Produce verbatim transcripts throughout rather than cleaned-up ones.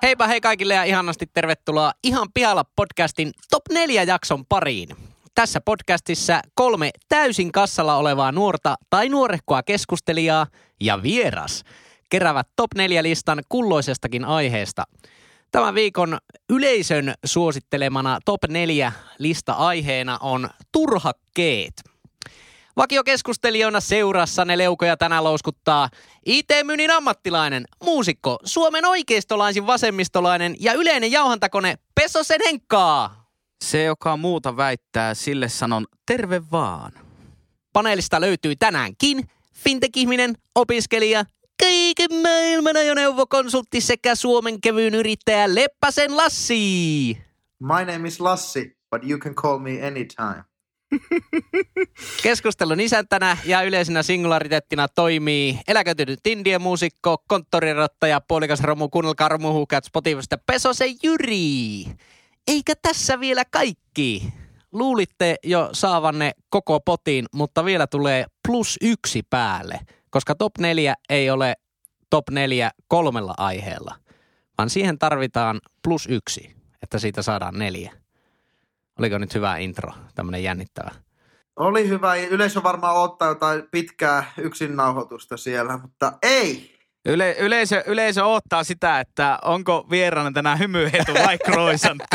Heipä hei kaikille ja ihanasti tervetuloa Ihan pihalla podcastin top neljä jakson pariin. Tässä podcastissa kolme täysin kassalla olevaa nuorta tai nuorehkoa keskustelijaa ja vieras keräävät top neljä listan kulloisestakin aiheesta. Tämän viikon yleisön suosittelemana top neljä lista aiheena on turhakkeet. Vakiokeskustelijoina seurassanne leukoja tänään louskuttaa I T-myynnin ammattilainen, muusikko, Suomen oikeistolaisin vasemmistolainen ja yleinen jauhantakone Pesosen Henkkaa. Se, joka muuta väittää, sille sanon terve vaan. Paneelista löytyy tänäänkin fintech-ihminen, opiskelija, kaiken maailman ajoneuvokonsultti sekä Suomen kevyyn yrittäjä Leppäsen Lassi. My name is Lassi, but you can call me anytime. Keskustelun isäntänä ja yleisenä singulariteettina toimii eläköitynyt indie-muusikko, konttorirottaja, puolikas romu, kuunnelkaa romuhukat Spotifysta Pesosen Jyri. Eikä tässä vielä kaikki. Luulitte jo saavanne koko potin, mutta vielä tulee plus yksi päälle, koska top neljä ei ole top neljä kolmella aiheella, vaan siihen tarvitaan plus yksi, että siitä saadaan neljä. Oliko nyt hyvä intro, tämmönen jännittävä? Oli hyvä. Yleisö varmaan odottaa jotain pitkää yksin nauhoitusta siellä, mutta ei. Yle, yleisö, yleisö odottaa sitä, että onko vieraana tänään hymyhetu vai kroisantti.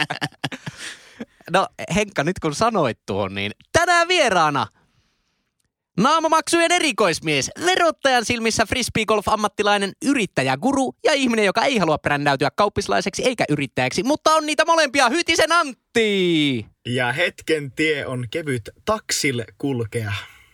No Henkka, nyt kun sanoit tuon, niin tänään vieraana naamamaksujen erikoismies, verottajan silmissä frisbeegolf-ammattilainen, yrittäjäguru ja ihminen, joka ei halua brändäytyä kauppislaiseksi eikä yrittäjäksi, mutta on niitä molempia, Hytisen Antti! Ja hetken tie on kevyt taksille kulkea.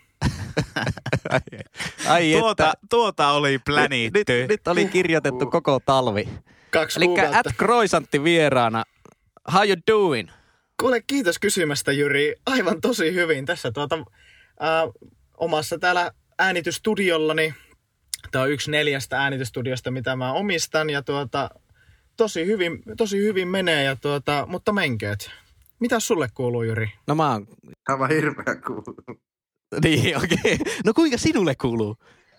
Ai tuota, tuota oli plänitty. Nyt, nyt, nyt oli kirjoitettu koko talvi. Kaksi Elikkä kuukautta. at Kroisantti vieraana. How you doing? Kuule, kiitos kysymästä, Jyri. Aivan tosi hyvin tässä tuota, ää, omassa täällä äänitysstudiollani. Tämä on yksi neljästä äänitysstudiosta, mitä mä omistan. Ja tuota, tosi hyvin, tosi hyvin menee, ja tuota, mutta menkööt. Mitä sulle kuuluu, Jyri? No mä oon... Aivan hirveä kuuluu. Niin, okei. Okay. No kuinka sinulle kuuluu?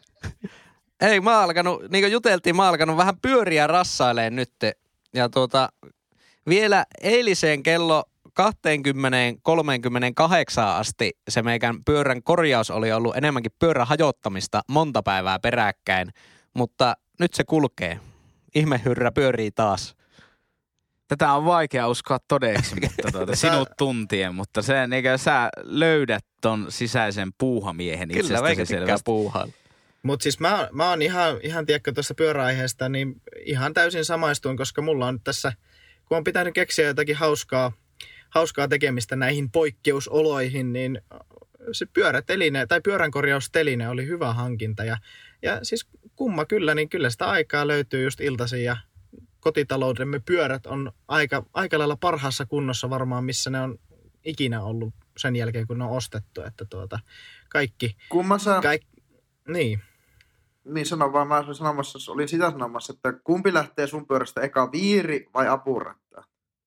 Ei, mä oon alkanut, niin kuin juteltiin, mä oon alkanut vähän pyöriä rassaileen nyt. Ja tuota, vielä eiliseen kello kaksikymmentä kolmekymmentäkahdeksan asti se meikän pyörän korjaus oli ollut enemmänkin pyörän hajottamista monta päivää peräkkäin. Mutta nyt se kulkee. Ihmehyrrä pyörii taas. Tätä on vaikea uskoa todeksi, mutta tuota, sinut tuntien, mutta se, niin sä löydät ton sisäisen puuhamiehen itsestäsi selvästi. Kyllä, meikä tykkää puuhaan. Mutta siis mä, mä oon ihan, ihan tiedätkö tuossa pyöräaiheesta, niin ihan täysin samaistuin, koska mulla on tässä, kun on pitänyt keksiä jotakin hauskaa, hauskaa tekemistä näihin poikkeusoloihin, niin se pyöräteline tai pyöränkorjausteline oli hyvä hankinta. Ja, ja siis kumma kyllä, niin kyllä sitä aikaa löytyy just iltaisin ja kotitaloudemme pyörät on aika, aika lailla parhaassa kunnossa varmaan, missä ne on ikinä ollut sen jälkeen, kun ne on ostettu. Että tuota, kaikki... Kumma sä... Kaik, niin. Niin sanon vaan, mä olin sanomassa, olin sitä sanomassa, että kumpi lähtee sun pyörästä, eka viiri vai apuratta?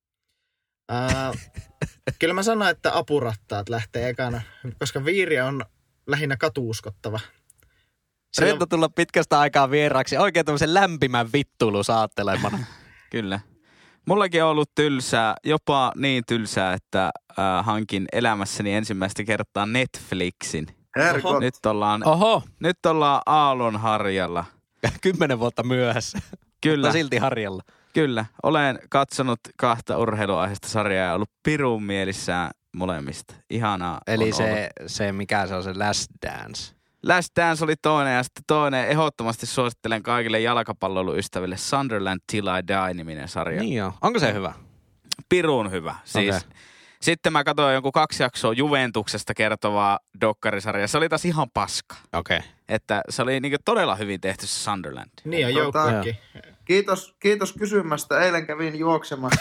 Ää, kyllä mä sanon, että apurattaat lähtee ekana, koska viiri on lähinnä katuuskottava. Rento tulla pitkästä aikaa vieraaksi. Oikein tämmöisen lämpimän vittuilun saattelemana. Kyllä. Mullakin on ollut tylsää, jopa niin tylsää, että äh, hankin elämässäni ensimmäistä kertaa Netflixin. Herkot. Nyt ollaan, Oho. nyt ollaan aallonharjalla. Kymmenen vuotta myöhässä. Kyllä. Mutta silti harjalla. Kyllä. Olen katsonut kahta urheiluaiheista sarjaa ja ollut pirun mielissään molemmista. Ihanaa. Eli se, se, mikä se on se Last Dance. Last Dance oli toinen ja sitten toinen ehdottomasti suosittelen kaikille jalkapalloiluystäville Sunderland Till I Die-niminen sarja. Niin joo. Onko se hyvä? Pirun hyvä. Siis okay. Sitten mä katsoin jonkun kaksi jaksoa Juventuksesta kertovaa dokkarisarjaa. Se oli taas ihan paska. Okei. Okay. Että se oli niinku todella hyvin tehty se Sunderland. Niin ja joukkuekin. Kiitos, kiitos kysymästä. Eilen kävin juoksemassa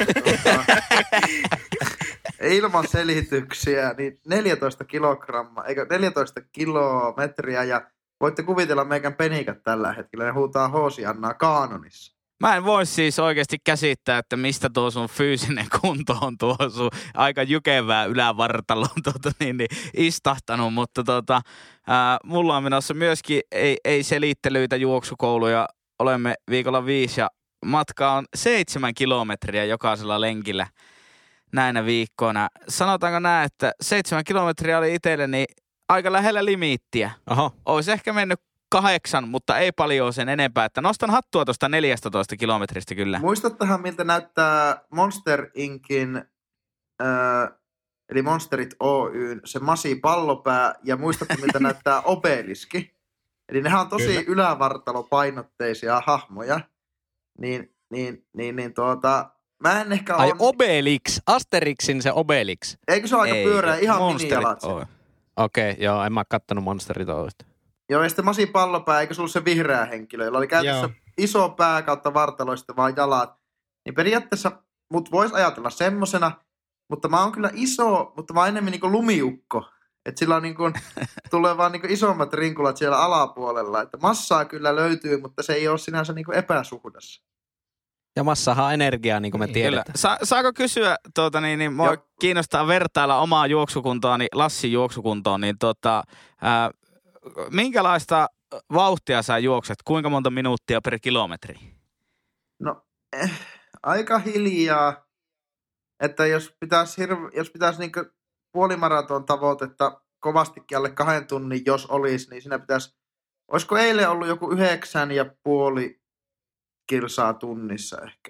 ilman selityksiä, niin neljätoista kilogrammaa, eikö neljätoista kilometriä, ja voitte kuvitella meikän penikät tällä hetkellä, ne huutaa Hoosiannaa kaanonissa. Mä en voi siis oikeasti käsittää, että mistä tuo sun fyysinen kunto on tuo sun aika jykevää ylävartaloon tuota, niin, niin, istahtanut, mutta tota, ää, mulla on menossa myöskin ei, ei selittelyitä juoksukouluja. Olemme viikolla viisi ja matka on seitsemän kilometriä jokaisella lenkillä näinä viikkoina. Sanotaanko näin, että seitsemän kilometriä oli itselleni aika lähellä limiittiä. Oho. Olisi ehkä mennyt kahdeksan, mutta ei paljon sen enempää. Että nostan hattua tuosta neljästätoista kilometristä kyllä. Muistattehan, miltä näyttää Monster Incin, äh, eli Monsterit Oyn, se Masi pallopää, ja muistatte, miltä näyttää Obeliski. Eli nehän on tosi kyllä ylävartalopainotteisia hahmoja. Niin, niin, niin, niin tuota, mä en ehkä Ai on... Obelix, Asterixin se Obelix. Eikö se ole aika Ei, pyöreä, ihan Monsterit minijalat? Oy. Okei, okay, joo, en mä kattonut Monsterit Oystä. Joo, ja sitten Masi pallopää, eikö se ollut se vihreä henkilö, jolla oli käytössä Joo. iso pää kautta vartaloista vaan jalat. Niin periaatteessa mut voisi ajatella semmosena, mutta mä oon kyllä iso, mutta mä oon enemmän niinku lumiukko. Että sillä on niinku, tulee vaan niinku isommat rinkulat siellä alapuolella. Että massaa kyllä löytyy, mutta se ei ole sinänsä niinku epäsuhdassa. Ja massahan on energiaa, niin kuin me Kyllä. tiedetään. Sa- saako kysyä, tuota, niin, niin, mua Joo. kiinnostaa vertailla omaa juoksukuntoani Lassin juoksukuntoon, niin tota, ää, minkälaista vauhtia sä juokset? Kuinka monta minuuttia per kilometri? No, eh, aika hiljaa. Että jos pitäisi, hirve, jos pitäisi niinku puolimaraton tavoitetta kovastikin alle kahden tunnin, jos olisi, niin siinä pitäisi, olisiko eilen ollut joku yhdeksän ja puoli kilsaa tunnissa ehkä.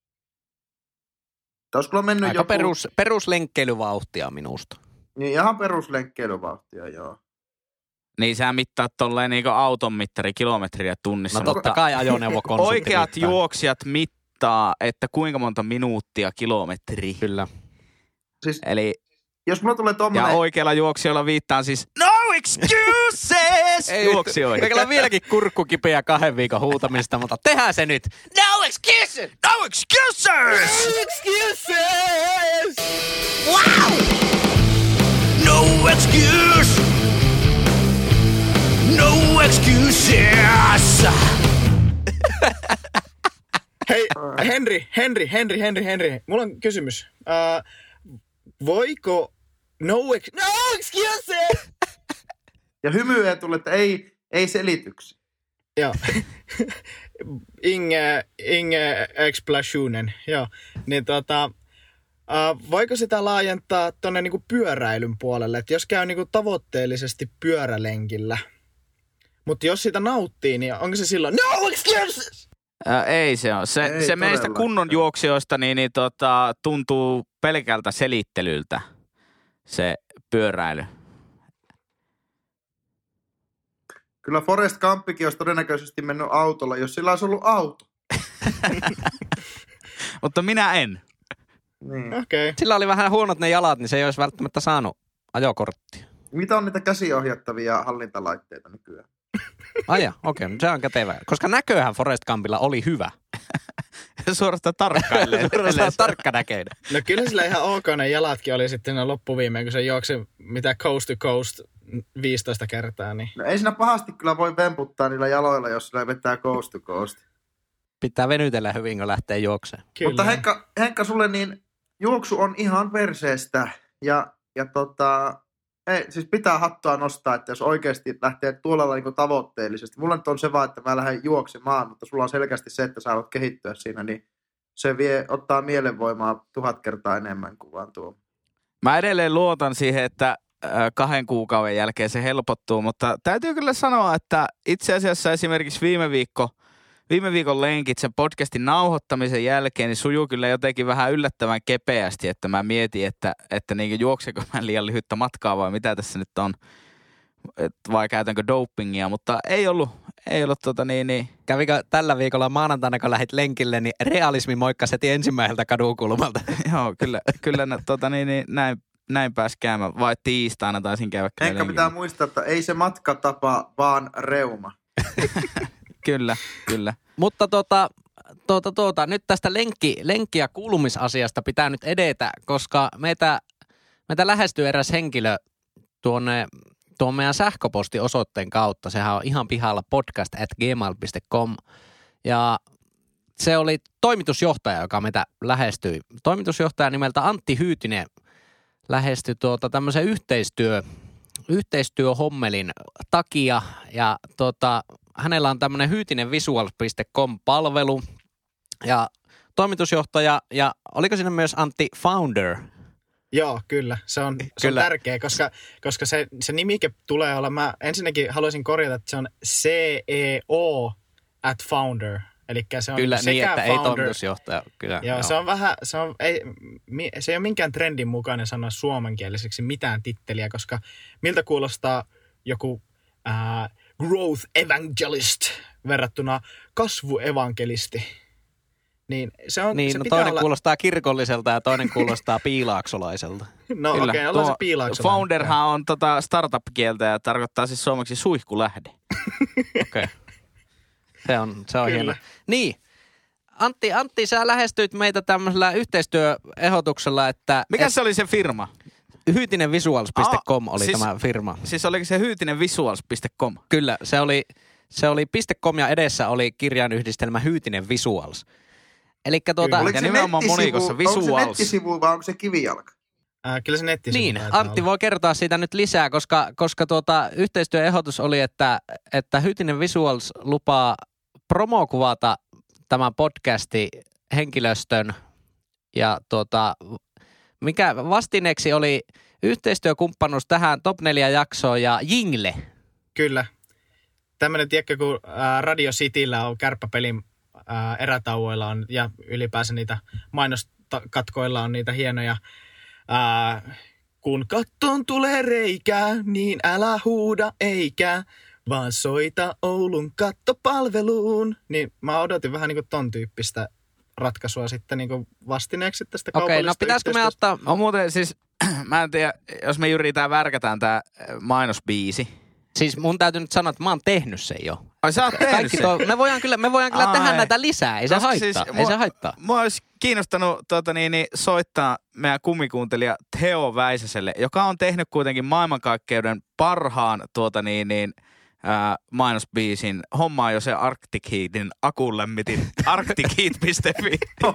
Tai olisiko mennyt Aika joku... perus, peruslenkkeilyvauhtia minusta. Niin ihan peruslenkkeilyvauhtia, joo. Niin sä mittaat tolleen niinku auton mittari kilometriä tunnissa. No totta kai ajoneuvokonsultti Oikeat mittaa. juoksijat mittaa, että kuinka monta minuuttia kilometri. Kyllä. Siis Eli, jos mulla tulee ja tommonen... oikealla juoksijoilla viittaan siis no excuses juoksijoihin. Meillä on vieläkin kurkku kipeä kahden viikon huutamista, mutta tehdään se nyt. No excuses! No excuses! No excuses! Wow! No excuse! No excuses! Hei, Henri, Henri, Henri, Henri, Henri. Mulla on kysymys. Uh, voiko no, ex- no excuses? Ja hymyä tulee, että ei, ei selityksiä. Joo. Inge, Inge Explosionen. Joo. Niin tota, uh, voiko sitä laajentaa tonne niinku pyöräilyn puolelle? Että jos käy niinku tavoitteellisesti pyörälenkillä, mutta jos sitä nauttii, niin onko se silloin no excuses? Ää, ei se on. Se, Ei se meistä todellakaan. kunnon juoksijoista niin, niin tota, tuntuu pelkältä selittelyltä se pyöräily. Kyllä Forrest Gumpikin olisi todennäköisesti mennyt autolla, jos sillä olisi ollut auto. Mutta minä en. Niin. Okei. Okay. Sillä oli vähän huonot ne jalat, niin se ei olisi välttämättä saanut ajokorttia. Mitä on niitä käsiohjattavia hallintalaitteita nykyään? Aja, okei, okay, se on kätevä. Koska näköhän Forrest Gumpilla oli hyvä. Suorastaan tarkkailleen. Suorastaan tarkkanäköinen. No kyllä sillä ihan ok ne jalatkin oli sitten ne loppuviimeen, kun se juoksi mitä coast to coast viisitoista kertaa. Niin. No ei siinä pahasti kyllä voi vemputtaa niillä jaloilla, jos sillä vetää coast to coast. Pitää venytellä hyvin, kun lähtee juokseen. Kyllä. Mutta Henkka, Henkka, sulle niin juoksu on ihan perseestä. Ja, ja tota, ei, siis pitää hattua nostaa, että jos oikeasti lähtee tuolla niin tavoitteellisesti. Mulla nyt on se vaan, että mä lähden juoksemaan, mutta sulla on selkeästi se, että sä haluat kehittyä siinä, niin se vie, ottaa mielenvoimaa tuhat kertaa enemmän kuin vaan tuo. Mä edelleen luotan siihen, että kahden kuukauden jälkeen se helpottuu, mutta täytyy kyllä sanoa, että itse asiassa esimerkiksi viime viikko, viime viikon lenkit sen podcastin nauhoittamisen jälkeen, niin sujuu kyllä jotenkin vähän yllättävän kepeästi, että mä mietin, että, että niin juokseko mä liian lyhyttä matkaa vai mitä tässä nyt on, et vai käytänkö dopingia, mutta ei ollut, ei ollut tota niin, niin. Kävikö tällä viikolla maanantaina, kun lähdit lenkille, niin realismi moikkasi heti ensimmäiseltä kadunkulmalta. Joo, kyllä, kyllä tota niin, niin, näin, näin pääsi käymään, vai tiistaina taisin käydä kyllä Henkka pitää muistaa, että ei se matkatapa, vaan reuma. Kyllä, kyllä. Mutta tuota, tuota, tuota, nyt tästä lenkki, lenkki- ja kuulumisasiasta pitää nyt edetä, koska meitä, meitä lähestyy eräs henkilö tuonne, tuon meidän sähköpostiosoitteen kautta. Sehän on ihan pihalla podcast at gmail dot com. Ja se oli toimitusjohtaja, joka meitä lähestyi. Toimitusjohtaja nimeltä Antti Hyytinen lähestyi tuota tämmöisen yhteistyö, yhteistyöhommelin takia ja tuota, hänellä on tämmöinen hyytinenvisual dot com-palvelu, ja toimitusjohtaja ja oliko siinä myös Antti Founder? Joo, kyllä. Se on, se kyllä. on tärkeä, koska, koska se, se nimike tulee olla, mä ensinnäkin haluaisin korjata, että se on C E O at founder. Eli se on kyllä, sekä niin, että founder, ei toimitusjohtaja. Kyllä, joo, joo. se on vähän, se, on, ei, se ei ole minkään trendin mukainen sanoa suomenkieliseksi mitään titteliä, koska miltä kuulostaa joku ää, growth evangelist verrattuna kasvuevankelisti. Niin, se on, niin se no pitää toinen olla... kuulostaa kirkolliselta ja toinen kuulostaa piilaaksolaiselta. No okei, okay, ollaan se piilaaksolainen. Founderhan on tota startup-kieltä ja tarkoittaa siis suomeksi suihkulähde. Okei. Okay. Se on, se on hieno. Niin. Antti, Antti, sä lähestyit meitä tämmöisellä yhteistyöehdotuksella, että... Mikä et, se oli se firma? hyytinenvisuals piste com oli siis, tämä firma. Siis oliko se hyytinenvisuals piste com? Kyllä, se oli, se oli .com ja edessä oli kirjainyhdistelmä Hyytinen Visuals. Elikkä tuota... Oliko ja se nimenomaan monikossa Visuals. Onko se nettisivu vai onko se kivijalka? Äh, kyllä se nettisivu. Niin, Antti olla. Voi kertoa siitä nyt lisää, koska, koska tuota, yhteistyöehdotus oli, että, että Hyytinen Visuals lupaa promokuvata tämän podcasti henkilöstön ja tuota, mikä vastineeksi oli yhteistyökumppanuus tähän top neljä jaksoon ja jingle. Kyllä. Tämmöinen, tiedätkö, kun ää, Radio Cityllä on kärppäpelin ää, erätauoilla on, ja ylipäänsä niitä mainoskatkoilla on niitä hienoja. Ää, kun kattoon tulee reikää, niin älä huuda eikä, vaan soita Oulun kattopalveluun. Niin mä odotin vähän niin kuin ton tyyppistä ratkaisua sitten niin kuin vastineeksi tästä kaupallisesta Okei, no pitäisikö me ottaa... On muuten siis, mä en tiedä, jos me yritetään värkätään tää mainosbiisi. Siis mun täytyy nyt sanoa, että mä oon tehnyt sen jo. Ai sä oot tehnyt Kaikki sen? To, me voidaan kyllä, me voidaan kyllä Ai. tehdä näitä lisää, ei se Koska haittaa, siis ei mua, se haittaa. Mua olisi kiinnostanut tuota, niin, niin, soittaa meidän kummikuuntelija Teo Väisäselle, joka on tehnyt kuitenkin maailmankaikkeuden parhaan tuota, niin, niin, ää, mainosbiisin. Hommaa jo se Arctic Heatin akun lämmitin arctic heat piste fi.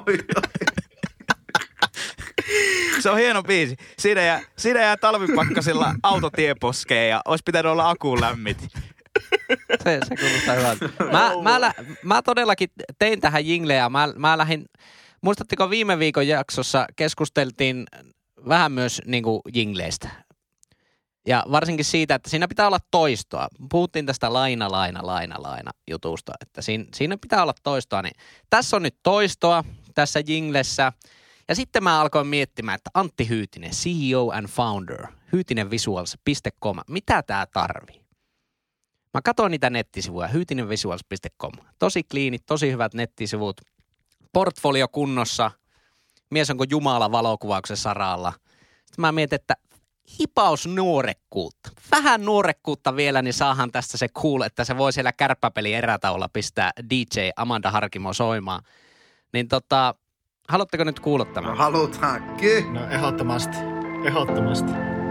Se on hieno biisi. Siinä jää, siinä jää talvipakkasilla autotieposkeen ja olisi pitänyt olla akun lämmit. Se, se kuulostaa hyvältä. Mä, mä, lä, mä todellakin tein tähän jingleä. Mä, mä lähdin, muistatteko viime viikon jaksossa keskusteltiin vähän myös niin kuin jingleistä. Ja varsinkin siitä, että siinä pitää olla toistoa. Puhuttiin tästä laina, laina, laina, laina jutusta, että siinä, siinä pitää olla toistoa. Niin tässä on nyt toistoa tässä jinglessä. Ja sitten mä alkoin miettimään, että Antti Hyytinen, C E O and founder, hyytinenvisuals piste com, mitä tää tarvii? Mä katsoin niitä nettisivuja, hyytinenvisuals piste com, tosi kliinit, tosi hyvät nettisivut, portfolio kunnossa, mies onko Jumala valokuvauksen saralla. Sitten mä mietin, että hipaus nuorekkuutta. Vähän nuorekkuutta vielä, niin saahan tästä se cool, että se voi siellä kärppäpeli erätaululla pistää D J Amanda Harkimo soimaan. Niin tota... Haluatteko nyt kuulla tämän? No halutaankin. No ehdottomasti, ehdottomasti.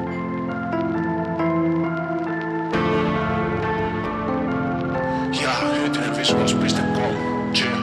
Ja hyytinenvisuals piste com. Chill.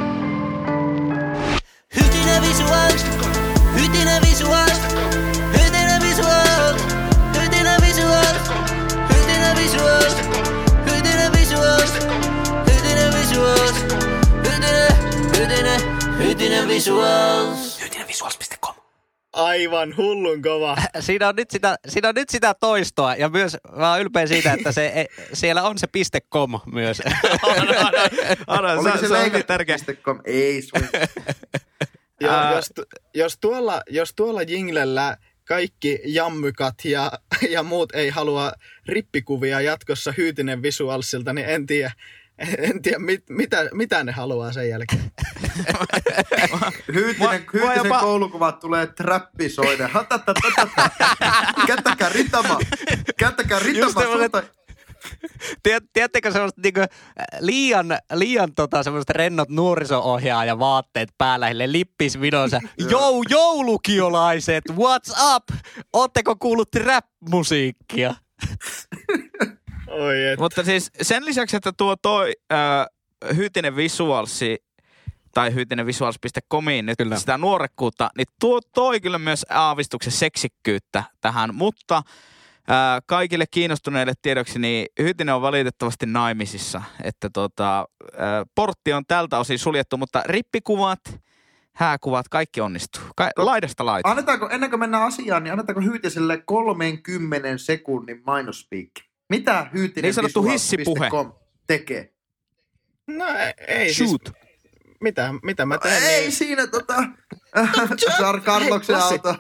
Hyytinenvisuals, hyytinenvisuals, hyytinenvisuals, hyytinenvisuals, hyytinenvisuals, hyytinenvisuals, hyytinenvisuals, hyytinen, hyytinen. Hyytinenvisuals. hyytinenvisuals piste com. Aivan hullun kova. Siinä on, nyt sitä, siinä on nyt sitä toistoa ja myös mä oon ylpeä siitä, että se, siellä on se .com myös. on, on, on, Oliko se, se, se on leika tärkeä. .com? Ei, Ja jos, jos, tuolla, jos tuolla jinglellä kaikki jammykat ja, ja muut ei halua rippikuvia jatkossa Hyytinen Visualsilta, niin en tiedä, en tiedä mit, mitä, mitä ne haluaa sen jälkeen. Hyytinen, hyytinen jopa... koulukuvat tulee trappisoiden. Kättäkää ritama. Kättäkää ritama. Tiedättekö semmoista niinku liian, liian tota, semmoiset rennot nuoriso-ohjaaja vaatteet päällä, lippis vidonsa. Jou, joulukiolaiset, what's up? Ootteko kuullut trap-musiikkia? Oi et. Mutta siis sen lisäksi, että tuo toi äh, Hyytinen Visualsi tai hyytinenvisuals piste comiin nyt kyllä sitä nuorekkuutta, niin tuo toi kyllä myös aavistuksen seksikkyyttä tähän, mutta ää, kaikille kiinnostuneille tiedoksi, niin Hytinen on valitettavasti naimisissa. Että tota, ää, portti on tältä osin suljettu, mutta rippikuvat, hääkuvat, kaikki onnistuu. Ka- laidasta laitaan. Annetaanko, ennen kuin mennään asiaan, niin annetaanko Hyytiselle kolmenkymmenen sekunnin mainospiikki? Mitä Hyytinen Niin sanottu hissipuhe tekee? No ei, ei Shoot. siis, mitä, mitä mä No, teen? ei niin... siinä tota, Sar Carloksen Hei, auto.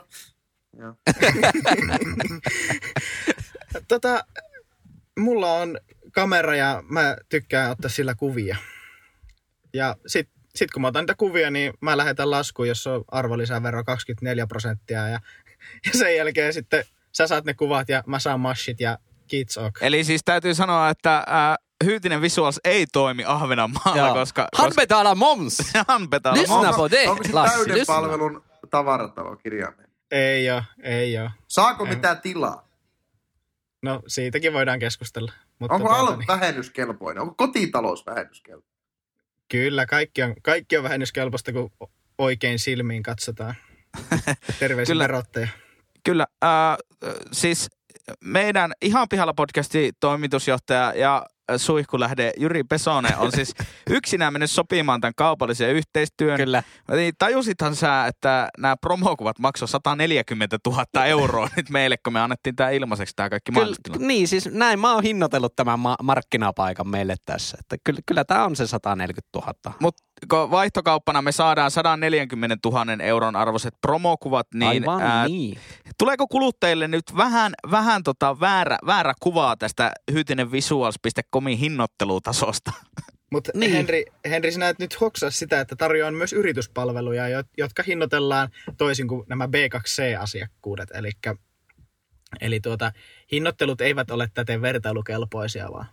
tota, mulla on kamera ja mä tykkään ottaa sillä kuvia. Ja sit, sit kun mä otan niitä kuvia, niin mä lähetän laskuun, jos on arvonlisävero kaksikymmentäneljä prosenttia. Ja, ja sen jälkeen sitten sä saat ne kuvat ja mä saan mashit ja kids ok. Eli siis täytyy sanoa, että ää, Hyytinen Visuals ei toimi Ahvenanmaalla, Joo. koska... Han betalar moms! Han betalar Lyssna moms. på det, Onko se Lassi, täyden lyssna. palvelun tavaratalo kirjaimeen? Ei oo, ei oo. Saako Ei. mitään tilaa? No siitäkin voidaan keskustella. Mutta Onko tuota, Alv niin, vähennyskelpoinen? Onko kotitalous vähennyskelpoinen? Kyllä, kaikki on, kaikki on vähennyskelpoista, kun oikein silmiin katsotaan. Terveisin Kyllä. verottaja. Kyllä, äh, siis meidän Ihan pihalla podcastin toimitusjohtaja ja suihkulähde Jyri Pesonen on siis yksinään mennyt sopimaan tämän kaupallisen yhteistyön. Kyllä. Niin tajusithan sä, että nämä promokuvat maksoi sata neljäkymmentätuhatta euroa nyt meille, kun me annettiin tämä ilmaiseksi tämä kaikki Kyllä, mainostilanne. niin, siis näin mä oon hinnoitellut tämän ma- markkinapaikan meille tässä. Että kyllä, kyllä tämä on se sata neljäkymmentätuhatta. Mutta kun vaihtokauppana me saadaan sata neljäkymmentätuhatta euron arvoiset promokuvat, niin, Aivan ää, niin. tuleeko kuluttajille nyt vähän, vähän tota väärä, väärä kuvaa tästä hyytinenvisuals piste comin hinnoittelutasosta? Mutta Niin. niin. Henri, Henri, sinä et nyt hoksaa sitä, että tarjoan myös yrityspalveluja, jo- jotka hinnoitellaan toisin kuin nämä B kaksi C-asiakkuudet. Elikkä, eli tuota, hinnoittelut eivät ole täten vertailukelpoisia, vaan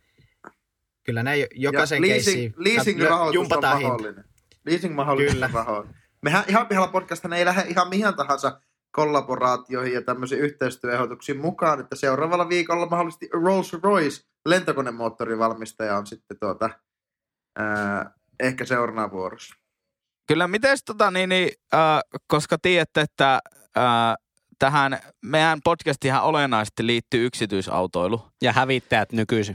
kyllä näin jokaisen keissiin leasing-rahoitus on jumpataan hinta. mahdollinen. Leasing-mahdollisuus Kyllä. on mahdollinen. Mehän ihan pihalla podcastina ei lähde ihan mihin tahansa kollaboraatioihin ja tämmöisiin yhteistyöehdotuksiin mukaan, että seuraavalla viikolla mahdollisesti Rolls-Royce lentokonemoottorivalmistaja on sitten tuota, ää, ehkä seuraavana vuorossa. Kyllä, mites tota niin, niin äh, koska tiedätte, että äh, tähän meidän podcastihan olennaisesti liittyy yksityisautoilu. Ja hävittäjät nykyisin.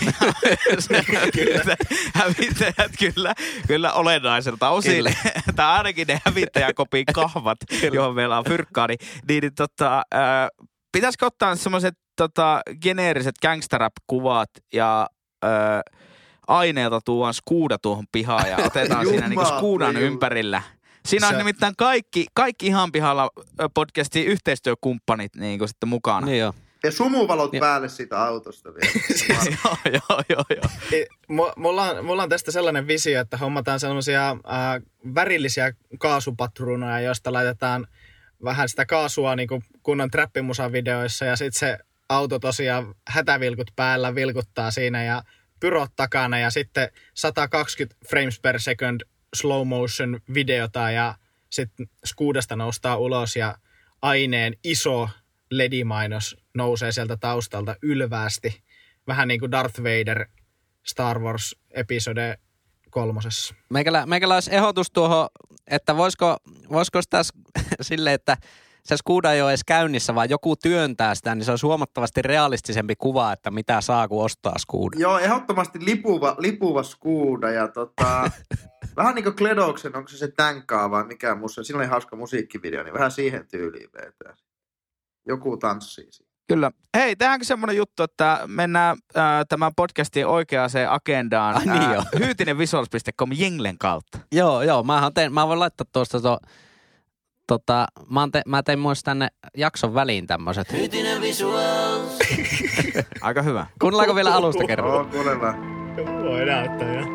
kyllä. Hävittäjät kyllä, kyllä olennaiselta osin. Tai ainakin ne hävittäjäkopin kahvat, johon meillä on fyrkkaa. Niin, niin tota, äh, pitäisikö ottaa semmoiset tota, geneeriset gangsterrap-kuvat ja äh, aineelta tuon Skuuda tuohon pihaan ja otetaan siinä niinku Skuudan Jumala. ympärillä. Siinä on Se- nimittäin kaikki, kaikki Ihan pihalla podcastin yhteistyökumppanit niin kuin sitten mukana. Niin joo. Ja sumuvalot Ja- päälle siitä autosta vielä. joo, joo, joo, joo. I- mu- Mulla on, mulla on tästä sellainen visio, että hommataan sellaisia äh, värillisiä kaasupatruunoja, joista laitetaan vähän sitä kaasua niin kuin kunnon trappimusan videoissa ja sitten se auto tosiaan hätävilkut päällä vilkuttaa siinä ja pyrot takana ja sitten sata kaksikymmentä frames per second slow motion videota ja sitten Skuudasta noustaa ulos ja aineen iso L E D-mainos nousee sieltä taustalta ylväästi. Vähän niin kuin Darth Vader Star Wars episode kolmosessa. Meikälä, meikälä olisi ehdotus tuohon, että voisiko, voisiko tässä silleen, että se Skuuda ei ole edes käynnissä, vaan joku työntää sitä, niin se olisi huomattavasti realistisempi kuva, että mitä saa, kun ostaa Skuuda. Joo, ehdottomasti lipuva, lipuva Skuuda ja tota, vähän niin kuin Kledoksen, onko se se tänkaa vai mikä musta, siinä oli hauska musiikkivideo, niin vähän siihen tyyliin vetää. Joku tanssii siinä. Kyllä. Hei, tehdäänkö semmoinen juttu, että mennään äh, tämän podcastin oikeaan agendaan Ai niin joo. hyytinenvisuals piste com jinglen kautta. Joo, joo. Mähän tein, mä voin laittaa tuosta to, tota, mä, oon te, mä tein myös tänne jakson väliin tämmöiset. Hyytinen Visuals. Aika hyvä. Kuunnellaanko vielä alusta kerran? Joo, kuunnellaan. Voi näyttää, joo.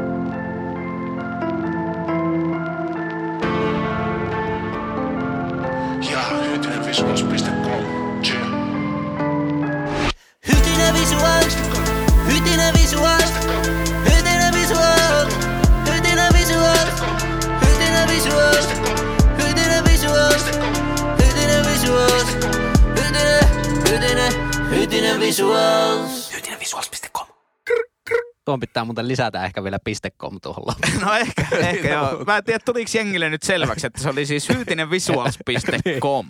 Ja hyytinenvisuals piste com. Yeah. Hyytinen Visuals. Hyytinen Visuals. Hyytinen Visuals. Hyytinen Visuals. Hyytinen Visuals. Hyytinen Visuals. Hyytinen Visuals. Hyytinen, hyytinen, hyytinen Visuals. hyytinenvisuals piste com. Tuon pitää muuten lisätä ehkä vielä .com tuohon loppuun. No ehkä, ehkä joo. Mä en tiedä, tuliko jengille nyt selväksi, että se oli siis hyytinenvisuals piste com.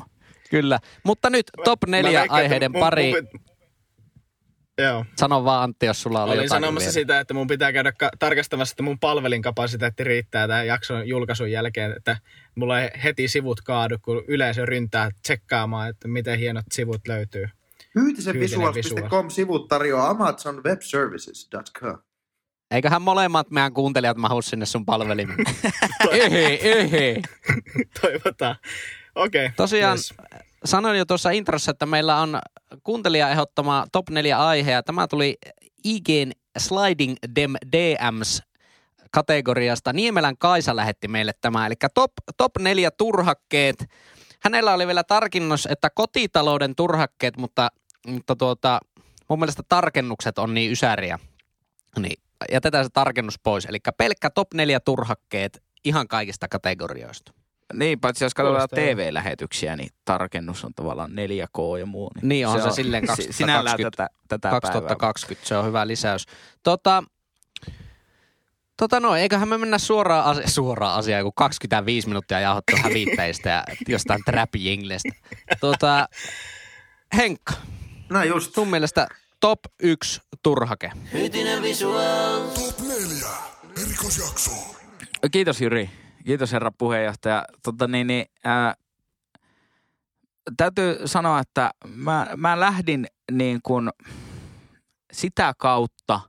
Kyllä, mutta nyt top neljä veikkaan, aiheiden mun- pari. mun- Joo. Sano vaan Antti, jos sulla oli Olin jotain sanomassa vielä. sitä, että mun pitää käydä ka- tarkastamassa, että mun palvelinkapasiteetti riittää tämän jakson julkaisun jälkeen, että mulla ei heti sivut kaadu, kun yleisö ryntää tsekkaamaan, että miten hienot sivut löytyy. Hyytisen visuals piste com-sivut tarjoaa amazon web services dot com. Eiköhän molemmat meidän kuuntelijat mahu sinne sun palvelimeen. Ehe, ehe. Toivotaan. Okei. Okay. Tosiaan Yes. sanoin jo tuossa introssa, että meillä on kuuntelija ehdottama top neljä aihe. Tämä tuli I G:n Sliding Dem D Ms kategoriasta. Niemelän Kaisa lähetti meille tämä, eli top, top neljä turhakkeet. Hänellä oli vielä tarkennus, että kotitalouden turhakkeet, mutta, mutta tuota, mun mielestä tarkennukset on niin ysäriä. Niin, jätetään se tarkennus pois. Eli pelkkä top neljä turhakkeet ihan kaikista kategorioista. Niin, paitsi jos katsotaan Kuulostaa, T V-lähetyksiä, niin tarkennus on tavallaan neljä K ja muu. Niin on se, on silleen si- sinällään kaksituhattakaksikymmentä, tätä, tätä päivää. kaksituhattakaksikymmentä, se on hyvä lisäys. Tota, tota no, eiköhän me mennä suoraan, asia, suoraan asiaan, kun kaksikymmentäviisi minuuttia jauhottu hävittäjistä ja jostain trap-jinglestä. Tota, Henkka, No just. sun mielestä top yksi turhake. Hytinen visuals. Top neljä. Erikoisjakso. Kiitos Jyri. Kiitos herra puheenjohtaja. Tota, niin, niin, ää, täytyy sanoa, että mä, mä lähdin niin kuin sitä kautta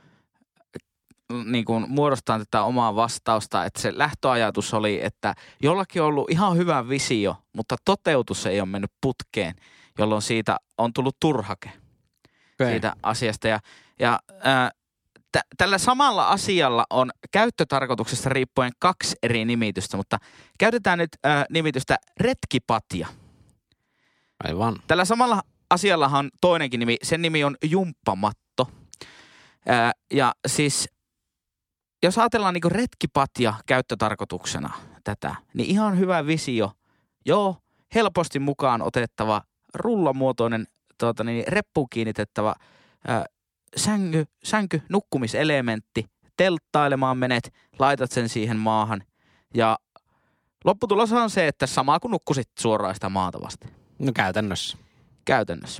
niin kuin muodostaa tätä omaa vastausta, että se lähtöajatus oli, että jollakin on ollut ihan hyvä visio, mutta toteutus ei ole mennyt putkeen, jolloin siitä on tullut turhake Okay. siitä asiasta. Ja, ja ää, t- tällä samalla asialla on käyttötarkoituksesta riippuen kaksi eri nimitystä, mutta käytetään nyt ää, nimitystä retkipatja. Aivan. Tällä samalla asiallahan on toinenkin nimi, sen nimi on jumppamatto. Ää, ja siis, jos ajatellaan niinku retkipatja käyttötarkoituksena tätä, niin ihan hyvä visio. Joo, helposti mukaan otettava rullamuotoinen tuota niin, reppuun kiinnitettävä ää, sänky, sänky, nukkumiselementti. Telttailemaan menet, laitat sen siihen maahan ja lopputulos on se, että sama kuin nukkusit suoraan sitä maata vasten. No käytännössä. Käytännössä.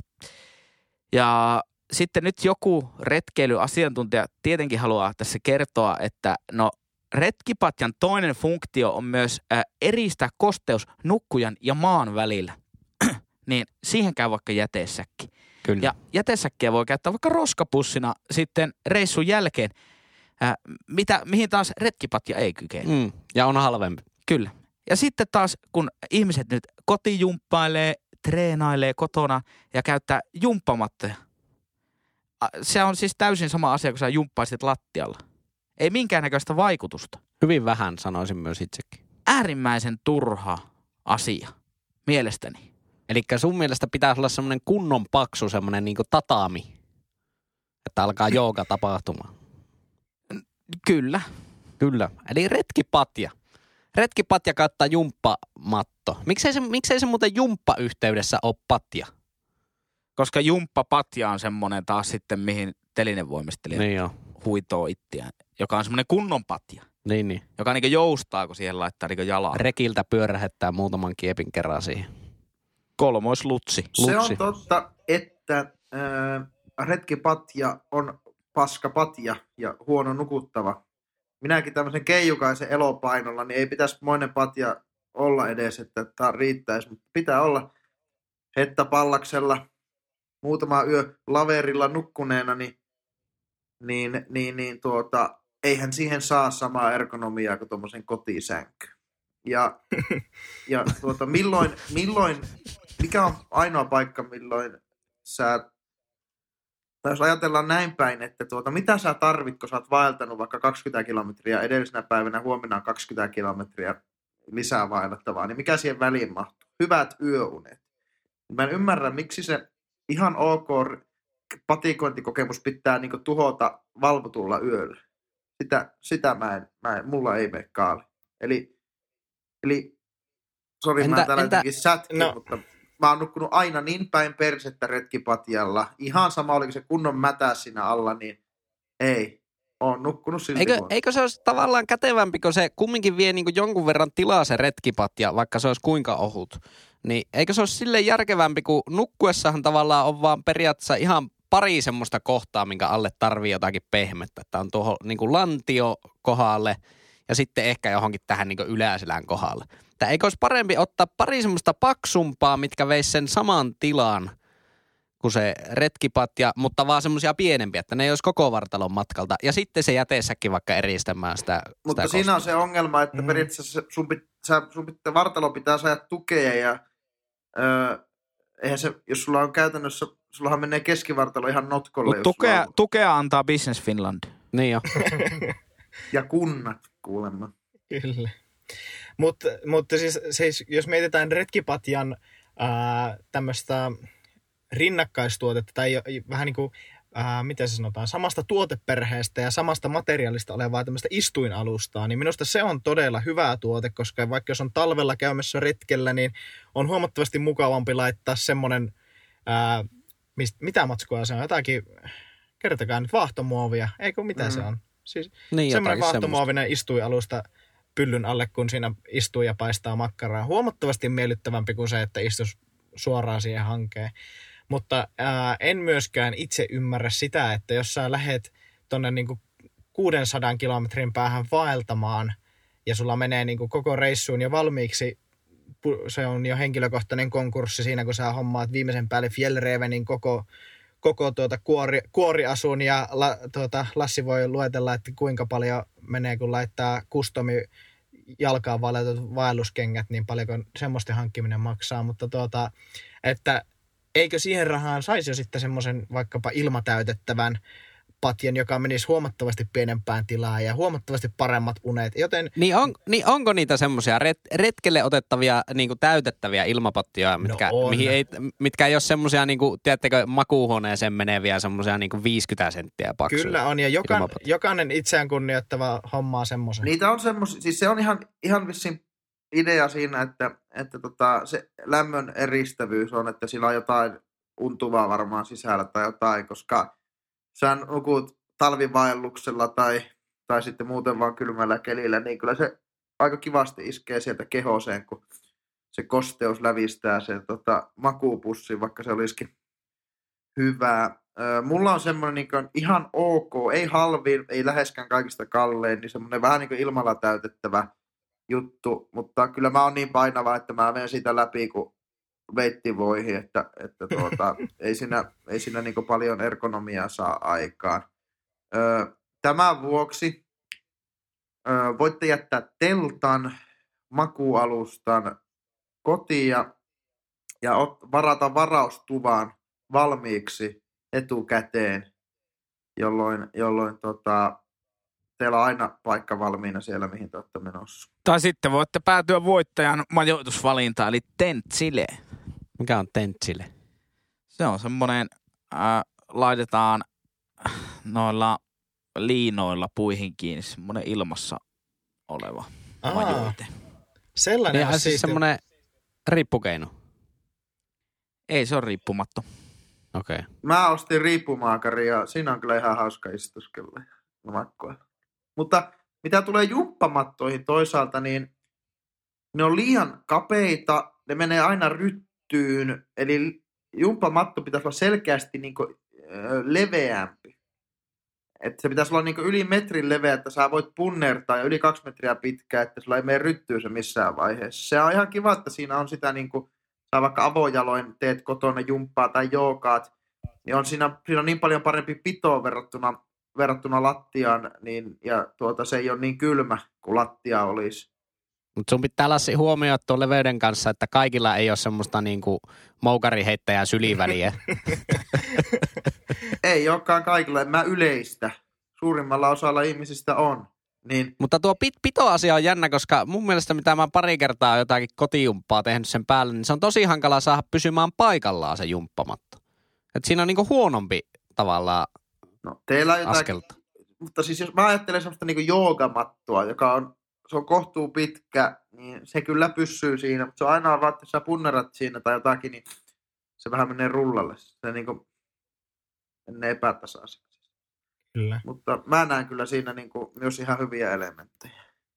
Ja sitten nyt joku retkeilyasiantuntija tietenkin haluaa tässä kertoa, että no retkipatjan toinen funktio on myös ää, eristää kosteus nukkujan ja maan välillä. Niin siihen käy vaikka jätesäkki. Kyllä. Ja jätesäkkiä voi käyttää vaikka roskapussina sitten reissun jälkeen, ää, mitä, mihin taas retkipatja ei kykene. Mm, ja on halvempi. Kyllä. Ja sitten taas, kun ihmiset nyt kotijumppailee, treenailee kotona ja käyttää jumppamattoja. Se on siis täysin sama asia, kun sä jumppaisit lattialla. Ei minkäännäköistä vaikutusta. Hyvin vähän sanoisin myös itsekin. Äärimmäisen turha asia, mielestäni. Eli sun mielestä pitäisi olla semmoinen kunnon paksu, semmoinen niinku tatami, että alkaa jooga tapahtumaan. Kyllä. Kyllä. Eli retkipatja. Retkipatja kattaa jumppamatto. Miksei se, miksei se muuten jumppayhteydessä ole patja? Koska jumppapatja on semmoinen taas sitten, mihin telinevoimistelija Niin joo. huitoo itseään. Joka on semmoinen kunnon patja. Niin, niin. Joka niinku joustaa, kun siihen laittaa niinku jalaa. Rekiltä pyörähettää muutaman kiepin kerran siihen. Kolmoislutsi. Se Lutsi. on totta, että äh, retkipatja on paskapatja ja huono nukuttava. Minäkin tämmöisen keijukaisen elopainolla, niin ei pitäisi moinen patja olla edes, että tämä riittäisi. Mutta pitää olla hettapallaksella muutama yö laverilla nukkuneena, niin, niin, niin, niin tuota, eihän siihen saa samaa ergonomiaa kuin tuommoisen kotisänky. Ja, ja tuota, milloin, milloin, mikä on ainoa paikka, milloin sä, tai jos ajatellaan näin päin, että tuota, mitä sä tarvit, kun sä oot vaeltanut vaikka kaksikymmentä kilometriä, edellisenä päivänä huomenna on kaksikymmentä kilometriä lisää vaellettavaa, niin mikä siihen väliin mahtuu? Hyvät yöunet. Mä en ymmärrä, miksi se ihan ok patikointikokemus pitää niinku tuhota valvotulla yöllä. Sitä, sitä mä en, mä en, mulla ei mene kaali. Eli, eli sori, Entä- mä täällä entä- jotenkin sätkin, no. mutta mä oon nukkunut aina niin päin persettä retkipatjalla. Ihan sama, oliko se kunnon mätä siinä alla, niin ei. Oon nukkunut silti. Eikö, eikö se olisi tavallaan kätevämpi, kun se kumminkin vie niin kuin jonkun verran tilaa se retkipatja, vaikka se olisi kuinka ohut. Niin eikö se olisi silleen järkevämpi, kun nukkuessahan tavallaan on vaan periaatteessa ihan pari semmoista kohtaa, minkä alle tarvii jotakin pehmettä. Että on tuohon niin kuin lantio kohdalle ja sitten ehkä johonkin tähän niin kuin yläselän kohdalle. Että eikö olisi parempi ottaa pari semmoista paksumpaa, mitkä veisi sen saman tilan kuin se retkipatja, mutta vaan semmoisia pienempiä, että ne ei olisi koko vartalon matkalta. Ja sitten se jäteessäkin vaikka eristämään sitä. Mutta sitä siinä on se ongelma, että Mm. periaatteessa sun, pit, sä, sun pit, vartalo pitää saada tukea ja öö, eihän se, jos sulla on käytännössä, sullahan menee keskivartalo ihan notkolle. Mut jos tukea, sulla on- tukea antaa Business Finland. Niin jo. Ja kunnat kuulemma. Kyllä. Mut, mutta siis, siis jos mietitään retkipatjan ää, tämmöistä rinnakkaistuotetta tai jo- vähän niin kuin, ää, miten se sanotaan, samasta tuoteperheestä ja samasta materiaalista olevaa tämmöistä istuinalustaa, niin minusta se on todella hyvä tuote, koska vaikka jos on talvella käymässä retkellä, niin on huomattavasti mukavampi laittaa semmoinen, ää, mist, mitä matskua se on, jotakin, kertokaa nyt, vaahtomuovia, eikö mitä Mm. se on? Siis Niin semmoinen jotakin semmoista. vaahtomuovinen istuinalusta pyllyn alle, kun siinä istuu ja paistaa makkaraa. Huomattavasti miellyttävämpi kuin se, että istuisi suoraan siihen hankeen. Mutta ää, en myöskään itse ymmärrä sitä, että jos sä lähet tonne niinku kuusisataa kilometrin päähän vaeltamaan ja sulla menee niinku koko reissuun jo valmiiksi, pu- se on jo henkilökohtainen konkurssi siinä, kun sä hommaat viimeisen päälle Fjällrävenin koko koko tuota kuori, kuoriasun ja la, tuota, Lassi voi luetella, että kuinka paljon menee, kun laittaa kustomi jalkaan valetut vaelluskengät, niin paljonko semmoisten hankkiminen maksaa, mutta tuota, että eikö siihen rahaan saisi jo sitten semmoisen vaikkapa ilmatäytettävän patjan, joka menisi huomattavasti pienempään tilaan ja huomattavasti paremmat unet, joten Niin, on, niin onko niitä semmoisia ret, retkelle otettavia niin kuin täytettäviä ilmapatjoja, mitkä, on. mihin ei, mitkä ei ole semmoisia, niin kuin, tiedättekö, makuuhuoneeseen meneviä semmoisia niin kuin viisikymmentä senttiä paksuja? kyllä on, ja joka, ilmapatja. jokainen itseään kunnioittava hommaa semmoisen. Niitä on semmoisia, siis se on ihan, ihan vissiin idea siinä, että, että tota, se lämmön eristävyys on, että sillä on jotain untuvaa varmaan sisällä tai jotain, koska sä nukut talvivaelluksella tai, tai sitten muuten vaan kylmällä kelillä, niin kyllä se aika kivasti iskee sieltä kehoseen, kun se kosteus lävistää sen tota, makuupussin, vaikka se olisikin hyvää. Ö, mulla on semmoinen niin kuin ihan ok, ei halvin, ei läheskään kaikista kallein, niin semmoinen vähän niin kuin ilmalla täytettävä juttu, mutta kyllä mä oon niin painava, että mä menen siitä läpi kuin veittivoihin, että, että tuota, ei siinä, ei siinä niin kuin paljon ergonomiaa saa aikaan. Ö, tämän vuoksi ö, voitte jättää teltan, makuualustan kotiin ja, ja ot, varata varaustuvan valmiiksi etukäteen, jolloin, jolloin tota, teillä on aina paikka valmiina siellä, mihin te olette menossa. Tai sitten voitte päätyä voittajan majoitusvalintaan, eli Tentsile. Mikä on tentsille? Se on semmoinen, äh, laitetaan noilla liinoilla puihin kiinni, semmoinen ilmassa oleva Aa, majoite. sellainen Niin, on siis siisti. semmoinen riippukeino. Ei, se on riippumatto. Okei. Okay. Mä ostin riippumaakari ja siinä on kyllä ihan hauska istuskella ja makkoilla. Mutta mitä tulee jumppamattoihin toisaalta, niin ne on liian kapeita, ne menee aina ryttyyn, eli jumppamatto pitäisi olla selkeästi niin kuin, ö, leveämpi. Että se pitäisi olla niin kuin yli metrin leveä, että sä voit punnertaa ja yli kaksi metriä pitkä, että sulla ei mene ryttyyn se missään vaiheessa. Se on ihan kiva, että siinä on sitä niin kuin, sä vaikka avojaloin teet kotona jumppaa tai joogaat, niin on siinä, siinä on niin paljon parempi pito verrattuna, verrattuna lattiaan, niin, ja tuota, se ei ole niin kylmä kuin lattia olisi. Mutta sun pitää Lassi huomioida tuon leveyden kanssa, että kaikilla ei ole semmoista niinku moukariheittäjän syliväliä. Ei olekaan kaikilla, en mä yleistä. Suurimmalla osalla ihmisistä on. Niin, Mutta tuo pit- pitoasia on jännä, koska mun mielestä mitä mä pari kertaa jotakin kotijumppaa tehnyt sen päälle, niin se on tosi hankala saada pysymään paikallaan se jumppamatto. Et siinä on niinku huonompi tavallaan no, teillä on jotain, askelta. mutta siis jos mä ajattelen semmoista niinku joogamattoa, joka on, se on kohtuu pitkä, niin se kyllä pysyy siinä, mutta se on aina vaan, että sä punnerat siinä tai jotakin, niin se vähän menee rullalle. Se niinku menee epätasaiseksi. Kyllä. Mutta mä näen kyllä siinä niin kuin myös ihan hyviä elementtejä.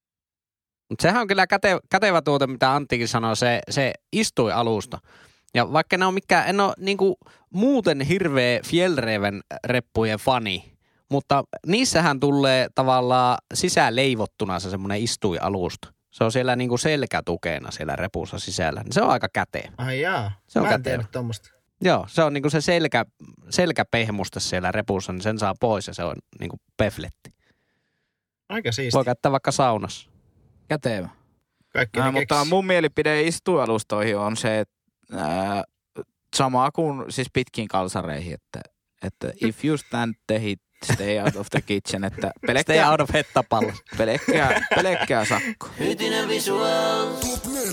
Mutta sehän on kyllä käte, kätevä tuote, mitä Anttikin sanoi, se, se istuinalusta. Ja vaikka ne on mikään, en ole niinku muuten hirveä Fjällräven reppujen fani, mutta niissähän tulee tavallaan sisäleivottuna se semmoinen istuinalusta. Se on siellä niinku selkätukena siellä repussa sisällä. Se on aika kätevä. Ai jaa, Se on mä en kätevä. tiedä tommoista. Joo, se on niinku se selkä, selkäpehmusta siellä repussa, niin sen saa pois ja se on niinku pefletti. Aika siisti. Voi käyttää vaikka saunassa. Kätevä. Kaikki Äh, ne mutta keksi. mun mielipide istualustoihin on se, että äh, sama kuin siis pitkiin kalsareihin, että, että if you stand the heat, stay out of the kitchen, että Stay pelkkää, out of hettapallo. pelkkää, pelkkää sakko. Hytinen Visuals.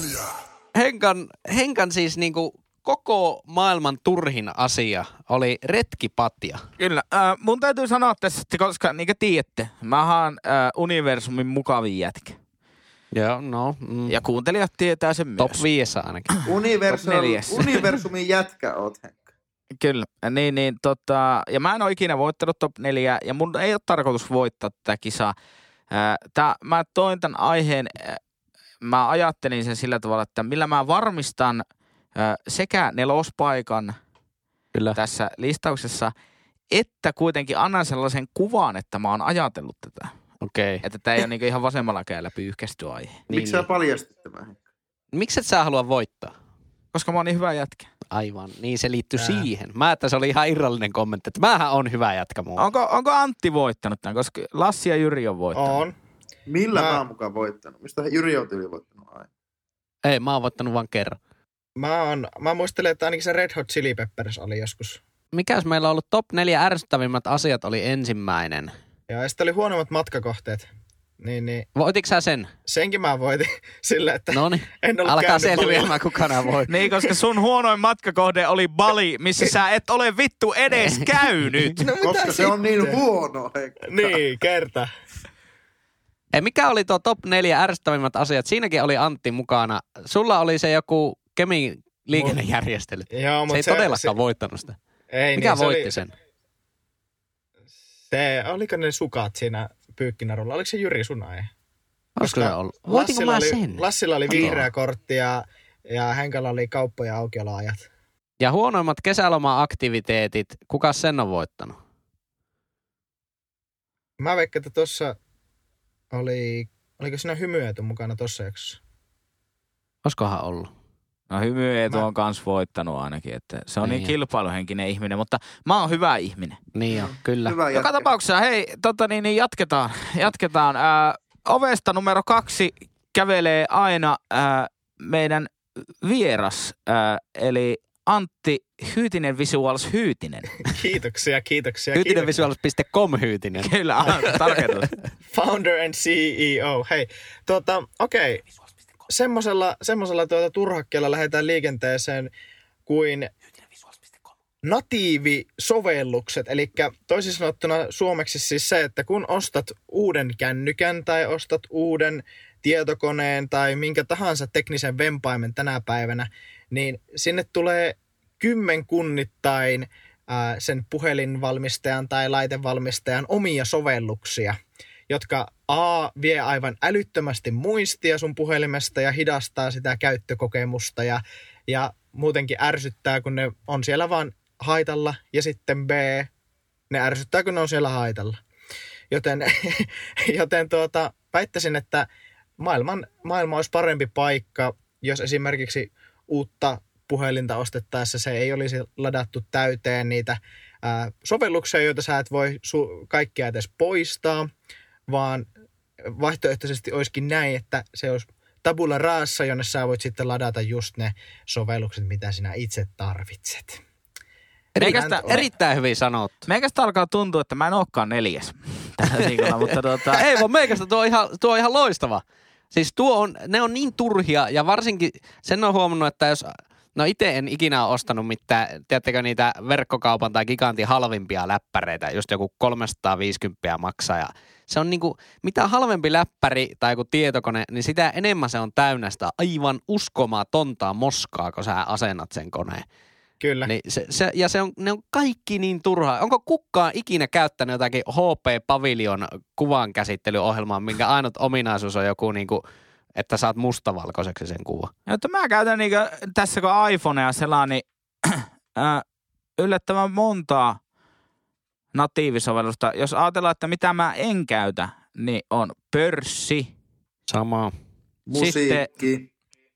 Henkan, Henkan siis niinku koko maailman turhin asia oli retkipatja. Kyllä. Äh, mun täytyy sanoa tässä, että koska niin kuin tiedätte, mä oon äh, universumin mukavin jätkä. Joo, no. Mm. Ja kuuntelijat tietää sen Top myös. viidessä ainakin. Universal, Top neljäs. universumin jätkä oot, Henkka. Kyllä. Niin, niin, tota, ja mä en ole ikinä voittanut top neljä, ja mun ei ole tarkoitus voittaa tätä kisaa. Äh, tää, mä toin tämän aiheen, äh, mä ajattelin sen sillä tavalla, että millä mä varmistan äh, sekä nelospaikan Kyllä. tässä listauksessa, että kuitenkin annan sellaisen kuvan, että mä oon ajatellut tätä. Okei. Okay. Että tää ei ole niinku ihan vasemmalla kädellä pyyhkästy aihe. Miksi Niin, sä niin. paljastit tämän, Henkka? Miksi et sä halua voittaa? Koska mä oon niin hyvä jätkä. Aivan, niin se liittyy Tää. siihen. Mä, että se oli ihan irrallinen kommentti, että mähän on hyvä jätkä muu. Onko, onko Antti voittanut tämän? Koska Lassi ja Jyri on voittanut. On. Millä Mä- mä oon mukaan voittanut? Mistä Jyri on tyyli voittanut aina? Ei, mä oon voittanut vaan kerran. Mä, on, mä muistelen, että ainakin se Red Hot Chili Peppers oli joskus. Mikäs meillä on ollut top neljä ärsyttävimmät asiat oli ensimmäinen? Ja sitten oli huonommat matkakohteet. Niin, niin Voititko sä sen? senkin mä voitin sillä, että Noniin, en ollut alkaa käynyt paljon. selviämään kukaan voi. Niin, koska sun huonoin matkakohde oli Bali, missä sä et ole vittu edes käynyt. No mitä Koska se on niin sitten? huono, Henkka. Niin, kerta. Ei, mikä oli tuo top neljä ärsyttävimmät asiat? Siinäkin oli Antti mukana. Sulla oli se joku Kemin liikennejärjestely. Joo, Se mutta ei todellakaan voittanut sitä. Ei, Mikä niin, se voitti oli, sen? Se, oliko ne sukat siinä pyykkinarulla? Oliko se Jyri sun aihe? Olisiko se ollut? Voitinko Lassilla mä oli, sen? Lassilla oli Kato. vihreä kortti ja, ja Henkalla oli kauppoja aukioloajat. Ja huonoimmat kesäloma-aktiviteetit, kuka sen on voittanut? Mä veikkaan, että tossa oli, oliko siinä hymyetu mukana tossa jaksossa? Olisikohan ollut? No hymyetu Mä- on kans voittanut ainakin, että se on Niin. niin kilpailuhenkinen ihminen, mutta mä oon hyvä ihminen. Niin on, kyllä. Hyvä Joka jätkä. tapauksessa, hei, tota niin, niin jatketaan. jatketaan. Ää, ovesta numero kaksi kävelee aina ää, meidän vieras, ää, eli Antti Hyytinen Visuals Hyytinen. Kiitoksia, kiitoksia, Hyytinen kiitoksia. visuals piste com Hyytinen. Kyllä, tarkentus. Founder and C E O. Hei, tuota, okei. Semmosella, semmosella tuota turhakkeella lähdetään liikenteeseen kuin natiivisovellukset. Eli toisin sanottuna suomeksi siis se, että kun ostat uuden kännykän tai ostat uuden tietokoneen tai minkä tahansa teknisen vempaimen tänä päivänä, niin sinne tulee kymmenkunnittain ää, sen puhelinvalmistajan tai laitevalmistajan omia sovelluksia, jotka A, vie aivan älyttömästi muistia sun puhelimesta ja hidastaa sitä käyttökokemusta ja, ja muutenkin ärsyttää, kun ne on siellä vaan haitalla, ja sitten B, ne ärsyttää, kun ne on siellä haitalla. Joten, joten tuota, väittäisin, että maailman, maailma olisi parempi paikka, jos esimerkiksi uutta puhelinta ostettaessa se ei olisi ladattu täyteen niitä ää, sovelluksia, joita sä et voi su- kaikkia edes poistaa, vaan vaihtoehtoisesti olisikin näin, että se olisi tabula rasa, jonne sä voit sitten ladata just ne sovellukset, mitä sinä itse tarvitset. Erittäin, Meikästä- erittäin hyvin sanottu. Meikästä alkaa tuntua, että mä en olekaan neljäs tällä viikolla, mutta tuota... Ei vaan meikästä tuo on ihan, tuo on ihan loistava. Siis tuo on, ne on niin turhia ja varsinkin sen on huomannut, että jos, no itse en ikinä ole ostanut mitään, tiedättekö niitä verkkokaupan tai gigantin halvimpia läppäreitä, just joku kolmesataaviisikymmentä maksaa ja se on niinku, mitä halvempi läppäri tai joku tietokone, niin sitä enemmän se on täynnä sitä aivan uskomatonta moskaa, kun sä asennat sen koneen. Kyllä. Niin se, se, ja se on, ne on kaikki niin turhaa. Onko kukaan ikinä käyttänyt jotakin H P Pavilion kuvankäsittelyohjelmaa, minkä ainut ominaisuus on joku niinku, että saat mustavalkoiseksi sen kuvan? Että mä käytän niinku, tässä kun iPhonea selaa, niin äh, yllättävän montaa natiivisovellusta. Jos ajatellaan, että mitä mä en käytä, niin on pörssi. Sama. Musiikki. Sitten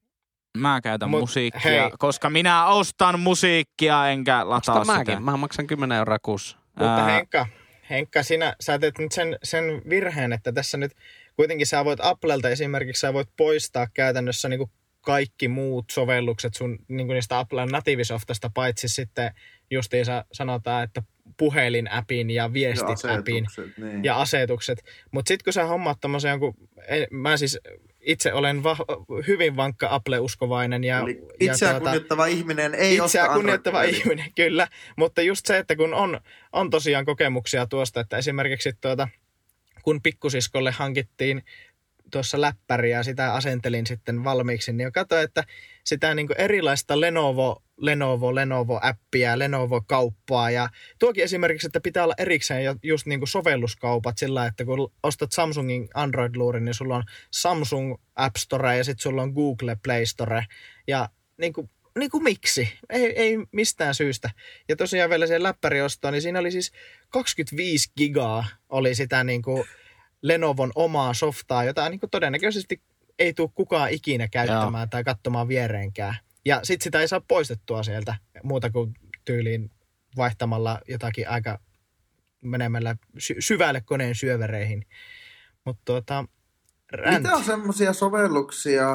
mä käytän Mut musiikkia, hei. koska minä ostan musiikkia enkä lataa Ostan sitä. mäkin. Mä maksan kymmenen euroa kuussa. Mutta Ää. Henkka, Henkka, sinä sä teet nyt sen, sen virheen, että tässä nyt kuitenkin sä voit Applelta esimerkiksi, sä voit poistaa käytännössä niin kuin kaikki muut sovellukset sun niin kuin niistä Applen natiivisoftasta, paitsi sitten justiinsa sanotaan, että puhelin-appin ja viestit-appin niin. ja asetukset. Mutta sitten kun sä hommaat tommosen jonkun, mä siis itse olen va, hyvin vankka Apple-uskovainen. Ja, Eli ja itseään tuota, kunnioittava ihminen ei osta Itseään kunnioittava Android-puhelinta. ihminen, kyllä. Mutta just se, että kun on, on tosiaan kokemuksia tuosta, että esimerkiksi tuota, kun pikkusiskolle hankittiin tuossa läppäriä ja sitä asentelin sitten valmiiksi, niin katsoin, että sitä niin kuin erilaista Lenovo, Lenovo, Lenovo-appia, Lenovo-kauppaa ja tuokin esimerkiksi, että pitää olla erikseen jo- just niin kuin sovelluskaupat sillä, että kun ostat Samsungin Android-luurin, niin sulla on Samsung App Store ja sitten sulla on Google Play Store ja niin kuin, niin kuin miksi? Ei, ei mistään syystä. Ja tosiaan vielä se läppäri ostaa, niin siinä oli siis kaksikymmentäviisi gigaa oli sitä niin kuin Lenovon omaa softaa, jota niin kuin todennäköisesti ei tule kukaan ikinä käyttämään Joo. tai katsomaan viereenkään. Ja sitten sitä ei saa poistettua sieltä muuta kuin tyyliin vaihtamalla jotakin aika menemällä sy- syvälle koneen syövereihin. Mutta tuota, rant. Mitä on semmoisia sovelluksia,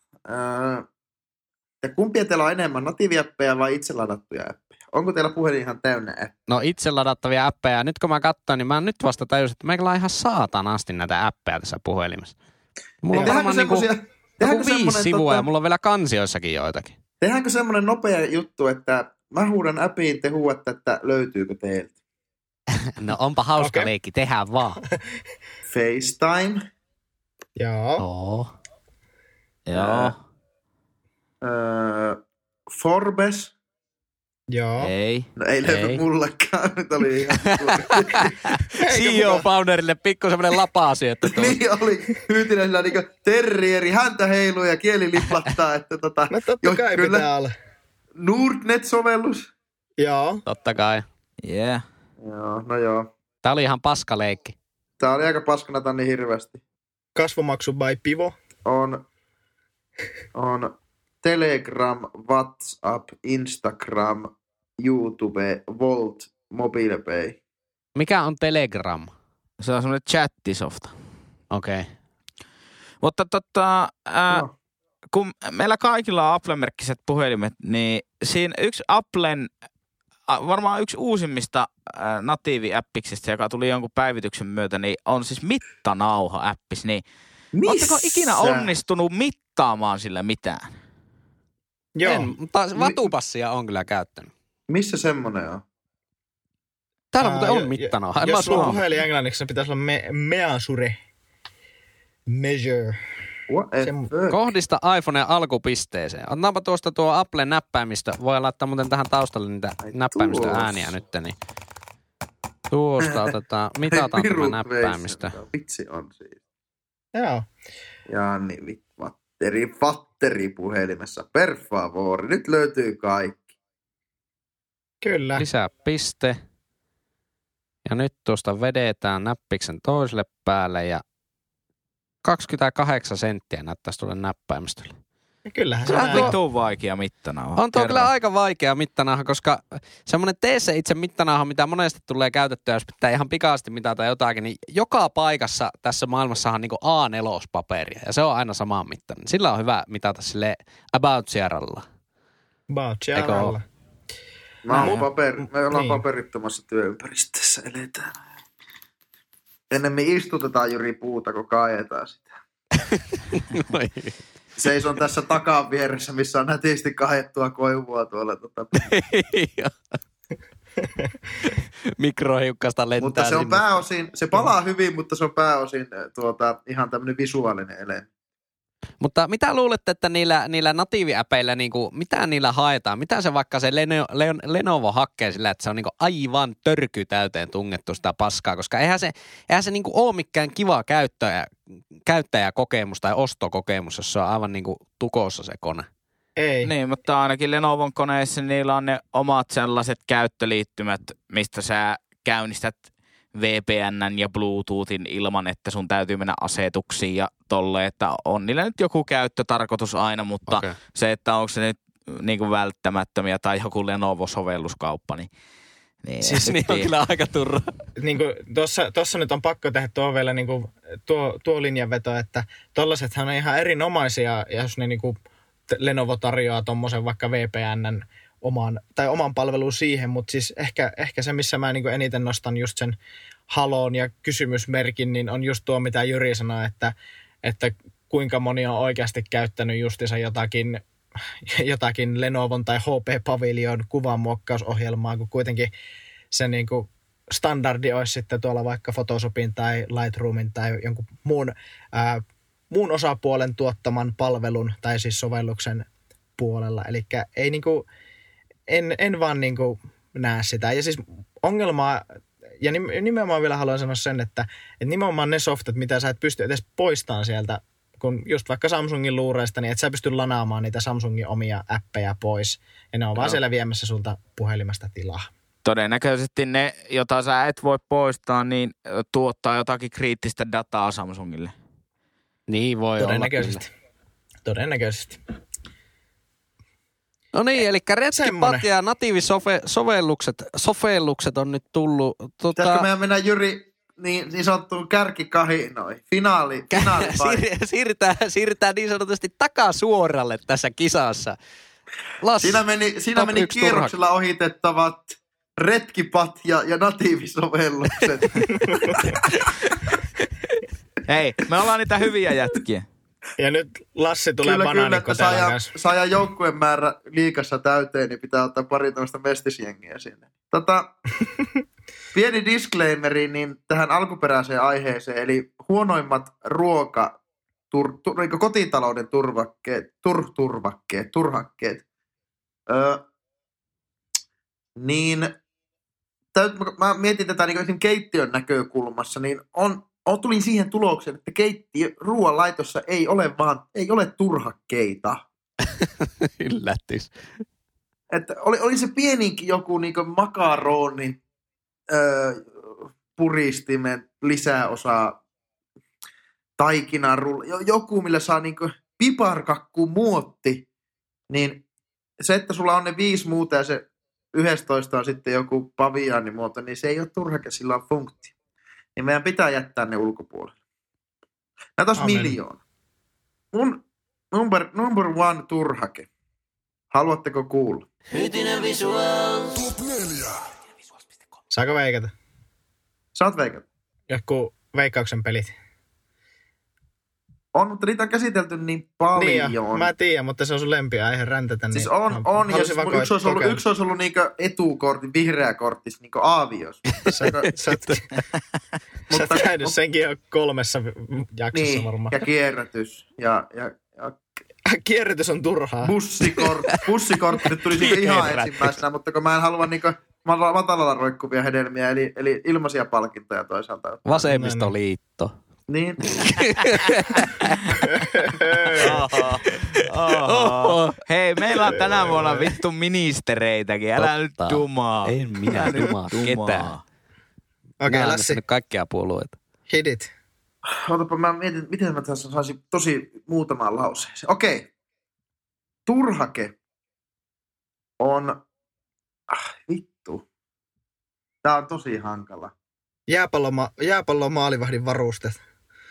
ää, ja kumpia teillä on enemmän, natiiviappeja vai itse ladattuja appeja? Onko teillä puhelin ihan täynnä appeja? No itse ladattavia appeja. Nyt kun mä katsoin, niin mä nyt vasta tajusin, että meillä on ihan saatanasti näitä appeja tässä puhelimessa. Mulla on Tehdäänkö varmaan niinku, semmosia- joku tehdäänkö viisi semmonen, sivua tota- ja mulla on vielä kansioissakin joitakin. Tehdäänkö semmoinen nopea juttu, että mä huudan appiin, te huuatte, että löytyykö teiltä? No onpa hauska Okei. leikki, tehdään vaan. FaceTime, Joo. Oo. Joo. öö, Forbes. Joo. Ei. No ei löydy Ei. mullekaan, nyt oli ihan... C E O-founderille pikku semmoinen lapaasyöttö tullut. niin oli Hyytinen sillä niinku terrieri, häntä heiluu ja kieli liplattaa, että tota... No totta jo, kai kyllä, pitää olla. Nordnet-sovellus. Joo. Totta kai. Yeah. Joo, no joo. Tää oli ihan paskaleikki. Tää oli aika paskana tän niin hirveästi. Kasvomaksu by Pivo. On, on Telegram, WhatsApp, Instagram, YouTube, Volt, MobilePay. Mikä on Telegram? Se on semmoinen chattisofta. Okei. Okay. Mutta tota, ää, No. kun meillä kaikilla on Apple-merkkiset puhelimet, niin siinä yksi Applen, a, varmaan yksi uusimmista ää, natiiviäppiksistä, joka tuli jonkun päivityksen myötä, niin on siis mittanauha-appis. Niin ootteko ikinä onnistunut mittaamaan sillä mitään? Joo. En, mutta vatupassia on kyllä käyttänyt. Missä semmonen on? Täällä muuten Ää, on jo- mittanauha. En mä Jos sulla on suomi. puhelin englanniksi, se pitäisi olla me, measure. Measure. What the Se- fuck? Kohdista iPhoneen alkupisteeseen. Otetaanpa tuosta tuo Applen näppäimistö. Voi laittaa muuten tähän taustalle niitä Ai näppäimistön tuossa. ääniä nyt. Niin. Tuosta otetaan, mitataan Ei, tämä pirut näppäimistö. veitsen, vitsi on siis. Joo. Ja niin, vit- vatteri, vatteri puhelimessa. Per favor, nyt löytyy kaikki. Kyllä. Lisää piste. Ja nyt tuosta vedetään näppiksen toiselle päälle ja kaksikymmentäkahdeksan senttiä näyttäisi tuolle näppäimistölle. Ja kyllähän se Se on näin. vitun vaikea mittanauha. On tuo Kerro. kyllä aika vaikea mittanauha, koska semmoinen tee se itse mittanauha, mitä monesti tulee käytettyä, jos pitää ihan pikaasti mitata jotakin, niin joka paikassa tässä maailmassa on niin kuin A neljä paperia ja se on aina samaan mittainen. Sillä on hyvä mitata sille about sierralla. Baciaralla. Mä oon Näin. paper, me ollaan Niin. niin. paperittomassa työympäristössä eletään. Ennemmin istutetaan Jyri puuta, kun kaetaan sitä. Seison tässä takan vieressä, missä on nätisti kahettua koivua tuolla. Tota. Mikrohiukkasta lentää Mutta se on sinne. pääosin, se palaa hyvin, mutta se on pääosin tuota, ihan tämmöinen visuaalinen elementti. Mutta mitä luulette, että niillä, niillä natiiviäpeillä, niinku, mitä niillä haetaan? Mitä se vaikka se Leno, Leon, Lenovo hakkee sillä, että se on niinku aivan törky täyteen tungettu sitä paskaa? Koska eihän se, eihän se niinku ole mikään kiva käyttäjä, käyttäjäkokemus tai ostokokemus, jos se on aivan niinku tukossa se kone. Ei. Niin, mutta ainakin Lenovon koneissa niillä on ne omat sellaiset käyttöliittymät, mistä sä käynnistät V P N:n ja Bluetoothin ilman, että sun täytyy mennä asetuksiin ja tolle, että on niillä nyt joku käyttötarkoitus aina, mutta okay. Se, että onko se nyt niinku välttämättömiä tai joku Lenovo-sovelluskauppa, niin niin, siis niin on kyllä aika turha. Niin tuossa, tuossa nyt on pakko tehdä tuo vielä niin kuin, tuo, tuo linjanveto, että tollasethan on ihan erinomaisia, jos ne niin kuin Lenovo tarjoaa tommosen vaikka V P N:n oman, tai oman palvelun siihen, mutta siis ehkä, ehkä se, missä mä niin kuin eniten nostan just sen halon ja kysymysmerkin, niin on just tuo, mitä Jyri sanoi, että, että kuinka moni on oikeasti käyttänyt justiinsa jotakin, jotakin Lenovon tai H P Pavilion kuvanmuokkausohjelmaa, kun kuitenkin se niin kuin standardi olisi sitten tuolla vaikka Photoshopin tai Lightroomin tai jonkun muun, ää, muun osapuolen tuottaman palvelun tai siis sovelluksen puolella. Eli ei niinku, en, en vaan niinku näe sitä. Ja siis ongelmaa, ja nimenomaan vielä haluan sanoa sen, että, että nimenomaan ne softat, mitä sä et pysty edes poistamaan sieltä, kun just vaikka Samsungin luureista, niin et sä pysty lanaamaan niitä Samsungin omia appeja pois. Ja ne on no. vaan siellä viemässä sulta puhelimesta tilaa. Todennäköisesti ne, jota sä et voi poistaa, niin tuottaa jotakin kriittistä dataa Samsungille. Niin voi Todennäköisesti. olla. Todennäköisesti. No niin, eli retkipat ja natiivisovellukset sovellukset on nyt tullut. Tota... Pitäisikö meidän mennä Jyri niin, niin sanottuun kärkikahinoihin? Finaali, finaali Siir- siirrytään, siirrytään niin sanotusti takasuoralle tässä kisassa. Lass, siinä meni, siinä meni kierroksella turha. Ohitettavat retkipat ja, ja natiivisovellukset. Hei, me ollaan niitä hyviä jätkiä. Ja nyt Lassi tulee kyllä, banaanikkotelän kyllä, kanssa. Saa ja joukkueen määrä liigassa täyteen, niin pitää ottaa pari tämmöistä mestisjengiä sinne. Tota, pieni disclaimeri niin tähän alkuperäiseen aiheeseen, eli huonoimmat ruoka, tur, tur, niin kotitalouden turvakkeet, tur, turvakkeet, turhakkeet. Öö, niin, täyt, mä mietin tätä niin kuin keittiön näkökulmassa, niin on On tulin siihen tulokseen, että keittiö ruoanlaitossa ei ole vaan, ei ole turhakkeita. Yllätys. Että oli, oli se pieninkin joku niinku makaroni, öö, puristimen, lisäosa, taikinarulla, joku millä saa niinku piparkakku muotti, niin se, että sulla on ne viisi muuta ja se yhdestoista on sitten joku paviaanimuoto, niin se ei ole turhake, sillä on funktio. Niin meidän pitää jättää ne ulkopuolelle. Näitä olisi miljoona. Mun number, number one turhake. Haluatteko kuulla? Hytinen Visuals. Top neljä. Saako veikata? Saat veikata. Joku Veikkauksen pelit. On, mutta niitä on käsitelty niin paljon. Niin mä tiedän, mutta se on sun lempiaihe räntätä. Siis niin on, on. Ja yksi olisi ollut, yksi olisi ollut niinku etukortti, vihreä kortti, niinku aavios. Sä oot käynyt senkin jo kolmessa jaksossa niin, varmaan. ja kierrätys. Ja, ja, ja... Kierrätys on turhaa. Bussikortti. Bussikortti nyt tuli siitä ihan ensimmäisenä, mutta kun mä en halua niinku matalalla roikkuvia hedelmiä, eli, eli ilmaisia palkintoja toisaalta. Vasemmistoliitto. Niin. Oho, oho. Hei, meillä on tänä vuonna vittu ministereitäkin. Älä nyt dumaa. En minä dumaa ketään. Okei, okay, Lassi. Kaikkia puolueita. Hit it. Ootapa, mä mietin, miten mä tässä saisin tosi muutamaan lauseeseen. Okei. Okay. Turhake on... Ah, vittu. Tää on tosi hankala. Jääpalloma, jääpallon maalivahdin varusteet.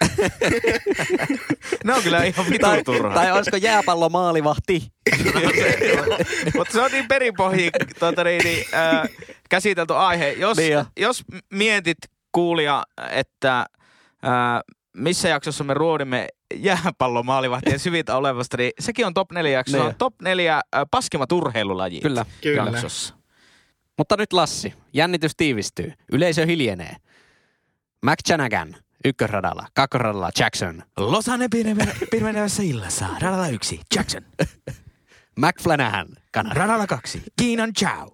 Ne on kyllä ihan vitun turhaa. Tai olisiko jääpallo maalivahti? Mutta se on niin perinpohjiin tuota, niin, äh, käsitelty aihe. Jos, niin jos mietit kuulija, että äh, missä jaksossa me ruodimme jääpallon maalivahtien syvintä olevasta, niin sekin on top neljä jaksossa. Niin. On top neljä äh, paskimmat urheilulajit. Kyllä. Kyllä. Jaksossa. Mutta nyt Lassi, jännitys tiivistyy. Yleisö hiljenee. McChannagan, ykkösradalla, kakkosradalla Jackson. Losanne pimenevässä illassa, radalla yksi, Jackson. McFlanahan, Kanada. Radalla kaksi, Keenan Chow.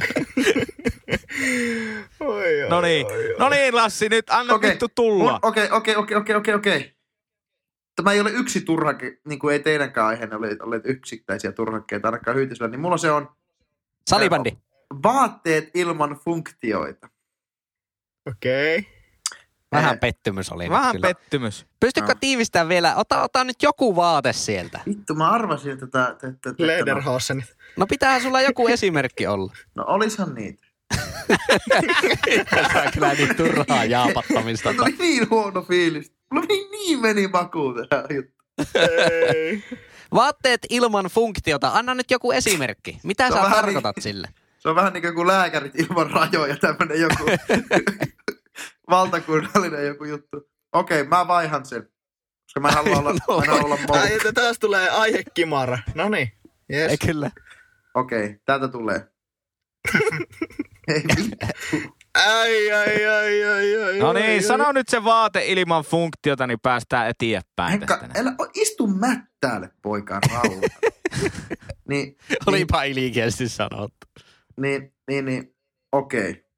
Oi, No niin, no niin Lassi, nyt anna Okei. vittu tulla. Okei, okei, okei, okei, okei, okei. Tämä ei ole yksi turhake, niin kuin ei teidänkään aiheena ole, ole yksittäisiä turhakkeita ainakaan Hyytisellä, niin mulla se on Salibändi. vaatteet ilman funktioita. Okei. Okay. Vähän Eh, pettymys oli Vähän nyt kyllä. pettymys. Pystytkö No. tiivistämään vielä? Ota, ota nyt joku vaate sieltä. Vittu, mä arvasin, että tätä... että- että- että- Lederhosen. No pitäähän sulla joku esimerkki olla. No olishan niitä. Tässä on kyllä niin turhaa jaapattamista. Mulla tuli niin huono fiilis. Mulla niin, niin meni makuun tähän juttu. Ei. Vaatteet ilman funktiota. Anna nyt joku esimerkki. Mitä Se on sä vähän tarkoitat niin- sille? Se on vähän niin kuin lääkärit ilman rajoja, tämmönen joku valtakunnallinen joku juttu. Okei, mä vaihan sen. Koska mä en halua olla, No. mä en halua olla mou. Ai, että taas tulee aihekimara. No niin. Yes. Ei kyllä. Okei, täältä tulee. Ei vittu. Ai, ai, ai, ai, ai. No ai, niin, ai. sano nyt se vaate ilman funktiota, niin päästään eteenpäin Henkka, tästä. älä, istu mättäälle poikaan rauhalla. niin, niin, Olipa ilikeästi sanottu. niin, niin, niin, okei.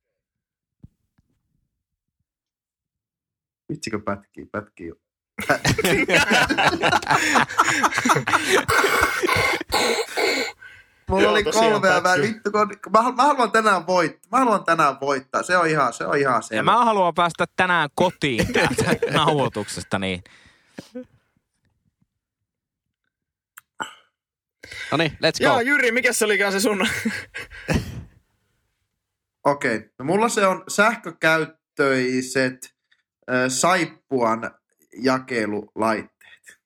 Vitsikö pätkii, pätkii. Mulla Joo, oli tosiaan kolme ja mä, pätky. vittu, kun, kun mä, mä, haluan tänään voittaa. Mä haluan tänään voittaa. Se on ihan, se on ihan Ja selvä. mä haluan päästä tänään kotiin täältä nauhoituksesta, niin No niin, let's go. Joo, Jyri, mikä se olikaan se sun? Okei. No mulla se on sähkökäyttöiset äh, saippuan jakelulaitteet.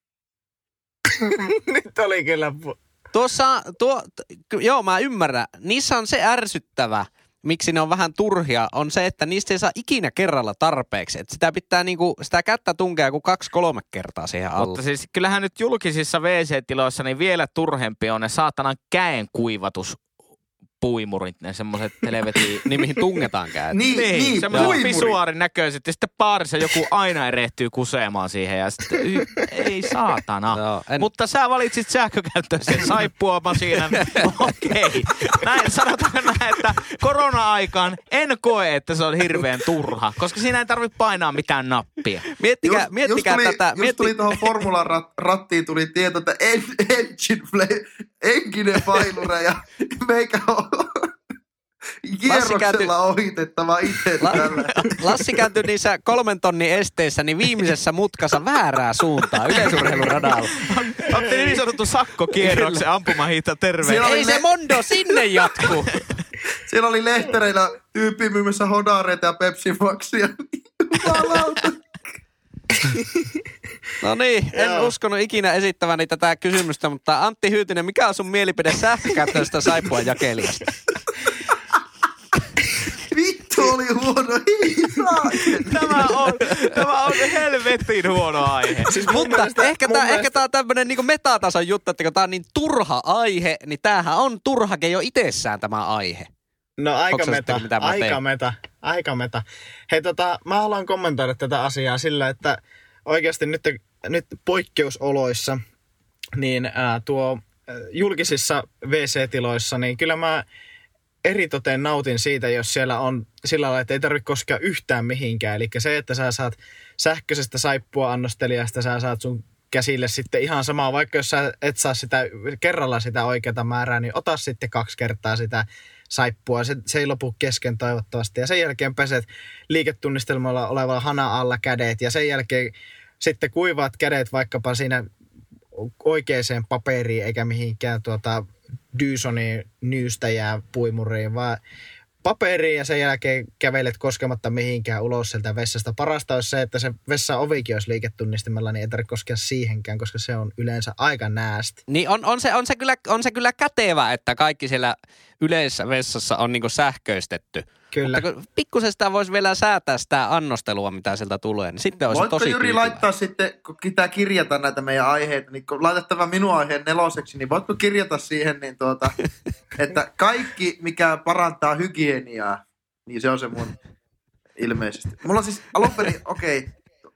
Nyt oli kyllä... pu- Tuossa, tuo, t- joo mä ymmärrän. Niissä on se ärsyttävä, miksi ne on vähän turhia, on se, että niistä ei saa ikinä kerralla tarpeeksi. Että sitä pitää niinku, sitä kättä tunkea kuin kaksi-kolme kertaa siihen alle. Mutta siis kyllähän nyt julkisissa wc tiloissa niin vielä turhempi on ne saatanan käen kuivatuspuimurit, ne semmoiset helvetin... Niin mihin tungetaan kädet. Niin, niin, niin semmoiset puimuri. visuaarin näköiset ja sitten baarissa joku aina erehtyy kusemaan siihen ja sitten y- ei saatana. Joo, en- Mutta sä valitsit sähkökäyttöisen saippuamasiinan. Okei. Näin sanotaan näin, että korona-aikaan en koe, että se on hirveän turha, koska siinä ei tarvitse painaa mitään nappia. Miettikää, Just, miettikää just tuli, tätä. Just Mietti... tuli tuohon Formulan rat, rattiin tuli tieto, että en, engine flame, enkinen failure ja meikä on kierroksella ohitettava itse La- tällä. Lassi kääntyi niissä kolmen tonnin esteissä niin viimeisessä mutkassa väärää suuntaan yleisurheiluradalla. Otti niin sanottu sakkokierroksen ampumahiihto terve. Siellä oli Ei se ne- Mondo sinne jatku. Siellä oli lehtereillä tyyppi myymässä hodareita ja Pepsi Maxia. Jumalauta. No niin, en Joo. uskonut ikinä esittäväni tätä kysymystä, mutta Antti Hyytinen, mikä on sun mielipide sähkökäyttöistä saippua jakelijasta? Vittu oli huono. Hyi saakeli. Tämä on, tämä on helvetin huono aihe. Siis mun Mutta mielestä- ehkä mun tämä mielestä- ehkä tää on tämmönen niinku metatason juttu, että kun tää on niin turha aihe, niin tämähän on turhake jo itsessään tämä aihe. No aika Onko se meta, sitten, mitä mä aika teen? meta, aika meta. Hei tota, mä haluan kommentoida tätä asiaa sillä, että oikeasti nyt, nyt poikkeusoloissa, niin ää, tuo ää, julkisissa wc-tiloissa, niin kyllä mä eritoten nautin siitä, jos siellä on sillä lailla, että ei tarvitse koskea yhtään mihinkään. Eli se, että sä saat sähköisestä saippua annostelijasta, sä saat sun käsille sitten ihan samaa, vaikka jos sä et saa sitä kerralla sitä oikeata määrää, niin ota sitten kaksi kertaa sitä saippua. Se, se ei lopu kesken toivottavasti. Ja sen jälkeen peset liiketunnistelmalla olevalla hana alla kädet ja sen jälkeen sitten kuivaat kädet vaikkapa siinä oikeaan paperiin eikä mihinkään tuota Dysonin nyystäjää puimuriin, vaan paperiin ja sen jälkeen kävelet koskematta mihinkään ulos sieltä vessasta. Parasta olisi se, että se vessan ovikin olisi liiketunnistimella, niin ei tarvitse koskea siihenkään, koska se on yleensä aika näästi. Niin on, on, se, on, se kyllä, on se kyllä kätevä, että kaikki siellä yleisessä vessassa on niinku sähköistetty. Kyllä. Mutta kun pikkusen sitä voisi vielä säätää sitä annostelua, mitä sieltä tulee, niin sitten olisi Voitko tosi Jyri tyytyväinen. laittaa sitten, kun pitää kirjata näitä meidän aiheita, niin kun laitat tämän minun aiheen neloseksi, niin voitko kirjata siihen, niin tuota, että kaikki, mikä parantaa hygieniaa, niin se on se mun ilmeisesti. Mulla on siis alun perin, okei,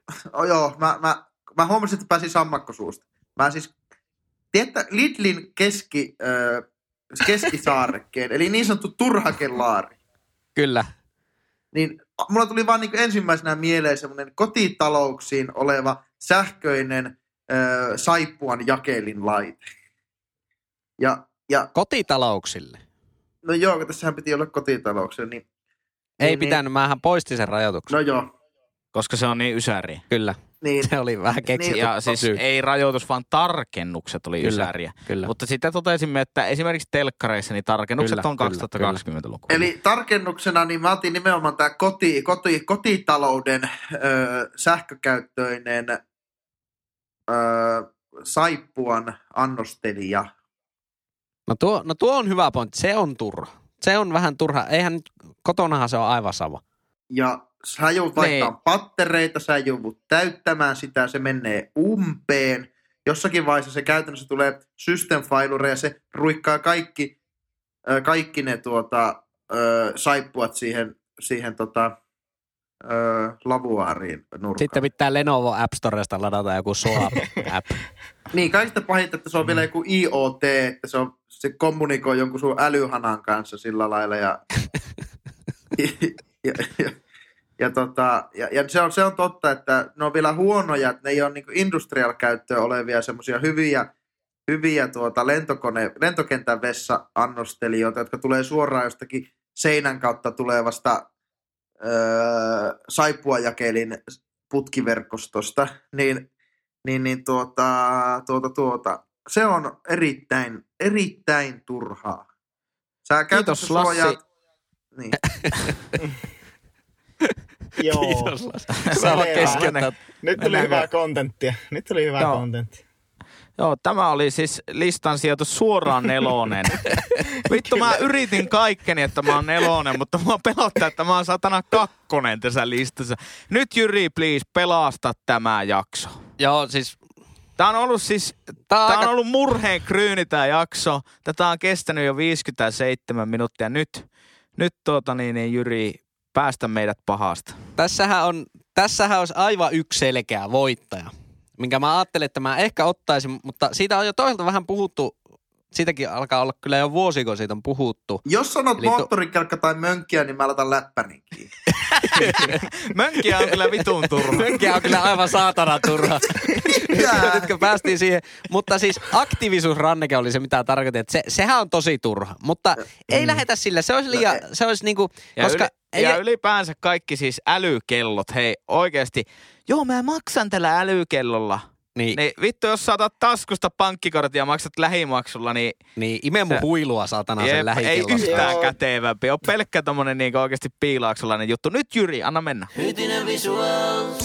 oh, joo, mä, mä, mä huomasin, että pääsin sammakkosuusta. Mä siis, tiedätte, Lidlin keski, äh, keskisaarekkeen, eli niin sanottu turhakelaari. Kyllä. Niin mulla tuli vaan niin ensimmäisenä mieleen semmoinen kotitalouksiin oleva sähköinen äh, saippuan jakelin laite. Ja, ja, Kotitalouksille. no joo, tässähän piti olla kotitalouksille, niin... Ei niin, pitänyt, mähän poistin sen rajoituksen. No joo. Koska se on niin ysäriä. Kyllä. Niin, Se oli vähän keksitty. Niin, Ja siis syy. ei rajoitus, vaan tarkennukset oli Kyllä, ysäriä. kyllä. Mutta sitten totesimme, että esimerkiksi telkkareissa niin tarkennukset Kyllä, on kyllä, kaksituhattakaksikymmentä-luku. eli tarkennuksena niin mä otin nimenomaan tämä koti, koti, kotitalouden ö, sähkökäyttöinen ö, saippuan annostelija. No tuo, no tuo on hyvä pointti. Se on turha. Se on vähän turha. Eihän nyt, kotonahan se on aivan sama. Ja sä joudut vaihtamaan pattereita, sä joudut täyttämään sitä, se menee umpeen. Jossakin vaiheessa se käytännössä tulee system-failure ja se ruikkaa kaikki, ö, kaikki ne tuota, ö, saippuat siihen, siihen tota, ö, lavuaariin nurkaan. Sitten pitää Lenovo App Storesta ladata joku Soap-app. Niin, kaikista pahinta, että se on vielä joku I O T, että se, on, se kommunikoi jonkun sun älyhanan kanssa sillä lailla. Ja, ja, ja, ja, ja, tota, ja, ja se, on, se on totta, että ne on vielä huonoja, että ne ei ole niin industrial-käyttöön olevia semmoisia hyviä, hyviä tuota lentokone, lentokentän vessa-annostelijoita, jotka tulee suoraan jostakin seinän kautta tulevasta öö, saippuajakelin putkiverkostosta, niin Niin, niin tuota, tuota, tuota. Se on erittäin, erittäin turhaa. Sä Kiitos, Lassi. suojaat... Niin. Joo. Kiitos, Lassi. Saa vaan keskeyttää. Nyt tuli Mennäänkö? hyvää kontenttia. Nyt tuli hyvää Joo. kontenttia. Joo, tämä oli siis listan sijoitus suoraan nelonen. Vittu, mä yritin kaikkeni, että mä oon nelonen, mutta mua pelottaa, että mä oon satana kakkonen tässä listassa. Nyt Jyri, please, pelasta tämä jakso. Joo, siis Tää on ollut siis, Tää on tää on aika- ollut murheen kryyni tää jakso. Tätä on kestänyt jo viisikymmentäseitsemän minuuttia. Nyt, nyt tuota niin, niin Jyri, päästä meidät pahasta. tässähän on, tässähän olisi aivan yksi selkeä voittaja, minkä mä ajattelin, että mä ehkä ottaisin, mutta siitä on jo toisaalta vähän puhuttu, siitäkin alkaa olla kyllä jo vuosi, kun siitä on puhuttu. Jos sanot Eli to- moottorikelkka tai mönkkiä, niin mä laitan läppärin kiinni. Mönkkiä on kyllä vitun turha. Mönkkiä on kyllä aivan saatana turha. Mitä? Nyt kun päästiin siihen. Mutta siis aktiivisuusranneke oli se, mitä tarkoitin. Että se, sehän on tosi turha. Mutta ei lähetä sille. Se olisi liian, se olisi niinku, Ja, koska... yli, ei, ja ylipäänsä kaikki siis älykellot. Hei, oikeasti. Joo, mä maksan tällä älykellolla. niin, Niin vittu, jos saatat taskusta pankkikortin ja maksat lähimaksulla, niin niin ime mun se- huilua saatana jep, sen ei lähikellon. yhtään Joo. kätevämpi. On pelkkä tommonen niinku oikeasti piilaaksulainen juttu. Nyt Jyri, anna mennä. Hytinen Visuals.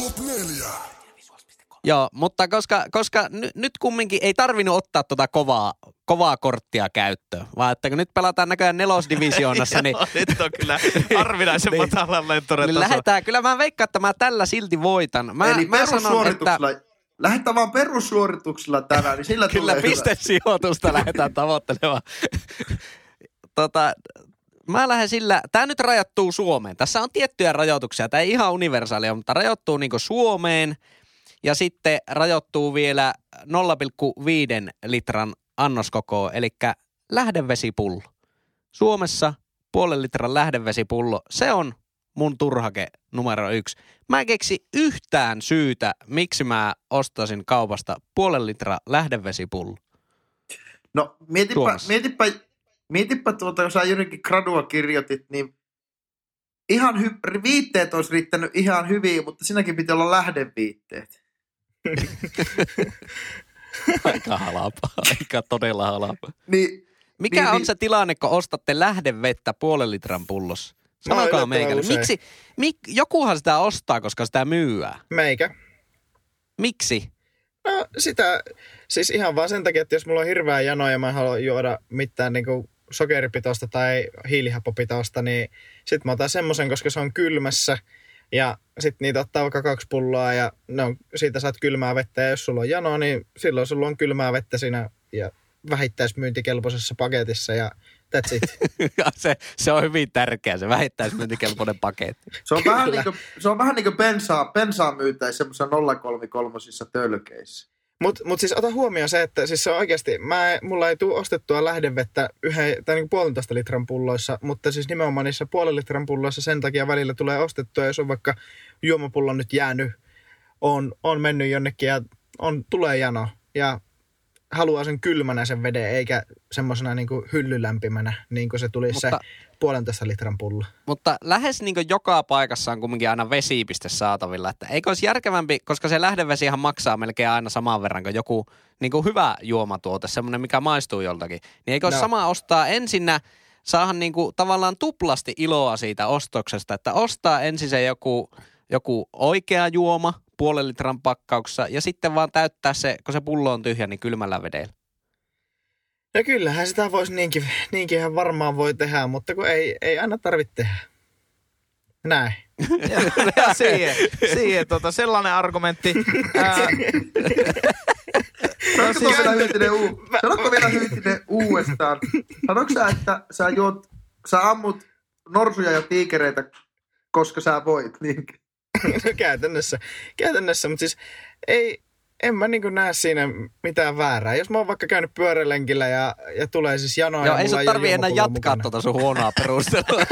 Joo, mutta koska, koska ny, nyt kumminkin ei tarvinnut ottaa tota kovaa, kovaa korttia käyttöön, vaan että kun nyt pelataan näköjään nelosdivisioonassa, niin, Joo, nyt on kyllä harvinaisen Niin. matalan lentoren niin taso. lähdetään. Kyllä mä veikkaan, että mä tällä silti voitan. Mä, Eli mä sanon, että perussuorituksella, lähdetään vaan perussuorituksella tänään, niin sillä kyllä tulee hyvä. pistesijoitusta lähdetään tavoittelemaan. tota, mä lähden sillä, tää nyt rajoittuu Suomeen. Tässä on tiettyjä rajoituksia, tää ei ihan universaalia, mutta rajoittuu niinku Suomeen ja sitten rajoittuu vielä nolla pilkku viisi litran annoskokoon, eli lähdevesipullo. Suomessa puolen litran lähdevesipullo, se on mun turhake numero yksi. Mä en keksi yhtään syytä, miksi mä ostaisin kaupasta puolen litran lähdevesipullo. No mietipä, Suomessa. mietipä, mietipä tuota, jos sä Jyrikin gradua kirjoitit, niin ihan hy- viitteet olisi riittänyt ihan hyvin, mutta siinäkin piti olla lähdeviitteet. Aika halapa, aika todella halapa. Niin, Mikä Niin, on niin. se tilanne, kun ostatte lähdevettä puolen litran pullossa? Mä Sanokaa yllättävän meikälle. usein. Miksi? Mik, jokuhan sitä ostaa, koska sitä myyää. Meikä. Miksi? No sitä, siis ihan vaan sen takia, että jos mulla on hirveä jano ja mä en halua juoda mitään niinku sokeripitoista tai hiilihappopitoista, niin sit mä otan semmosen, koska se on kylmässä. Ja sit niitä ottaa vaikka kaksi pulloa ja ne on, siitä saat kylmää vettä. Ja jos sulla on jano, niin silloin sulla on kylmää vettä siinä ja vähittäismyyntikelpoisessa paketissa. Ja That's it. se, se on hyvin tärkeä, se vähittäismyyntikelpoinen paketti. Se on vähän niin kuin, se on vähän niin kuin bensaa, bensaa myytäisi semmoisissa nolla kolme kolme tölkeissä. Mutta mut siis ota huomioon se, että siis se on oikeasti, mä, mulla ei tule ostettua lähdevettä yhden, tai niin puolentoista litran pulloissa, mutta siis nimenomaan niissä puolen litran pulloissa sen takia välillä tulee ostettua, jos on vaikka juomapullo nyt jäänyt, on, on mennyt jonnekin ja on, tulee jano ja haluaa sen kylmänä sen veden, eikä semmoisena niin kuin hyllylämpimänä, niin kuin se tulisi mutta, se puolentoista litran pullo. Mutta lähes niin kuin joka paikassa on kumminkin aina vesipiste saatavilla. Että eikö olisi järkevämpi, koska se lähdevesihan maksaa melkein aina saman verran kuin joku niin kuin hyvä juomatuote, semmoinen mikä maistuu joltakin. Niin eikö olisi no. sama ostaa ensinnä, saahan niin kuin tavallaan tuplasti iloa siitä ostoksesta, että ostaa ensin se joku, joku oikea juoma, puolen litran pakkauksessa ja sitten vaan täyttää se, kun se pullo on tyhjä, niin kylmällä vedellä. No kyllähän sitä voisi niinkin, niinkinhän varmaan voi tehdä, mutta kun ei, ei aina tarvitse tehdä. Näin. ja, ja siihen, siihen tota, sellainen argumentti. Ää... Sanotko no, vielä Hyytinen u... Sanotko vielä Hyytinen uudestaan? Sanotko sä, että sä, juot, sä ammut norsuja ja tiikereitä, koska sä voit niinkin? No käytännössä, käytännössä, mutta siis ei, en mä niin näe siinä mitään väärää. Jos mä oon vaikka käynyt pyörälenkillä ja, ja tulee siis janoa. Joo, ei sun tarvii enää jatkaa mukana. Tuota sun huonoa perustelua.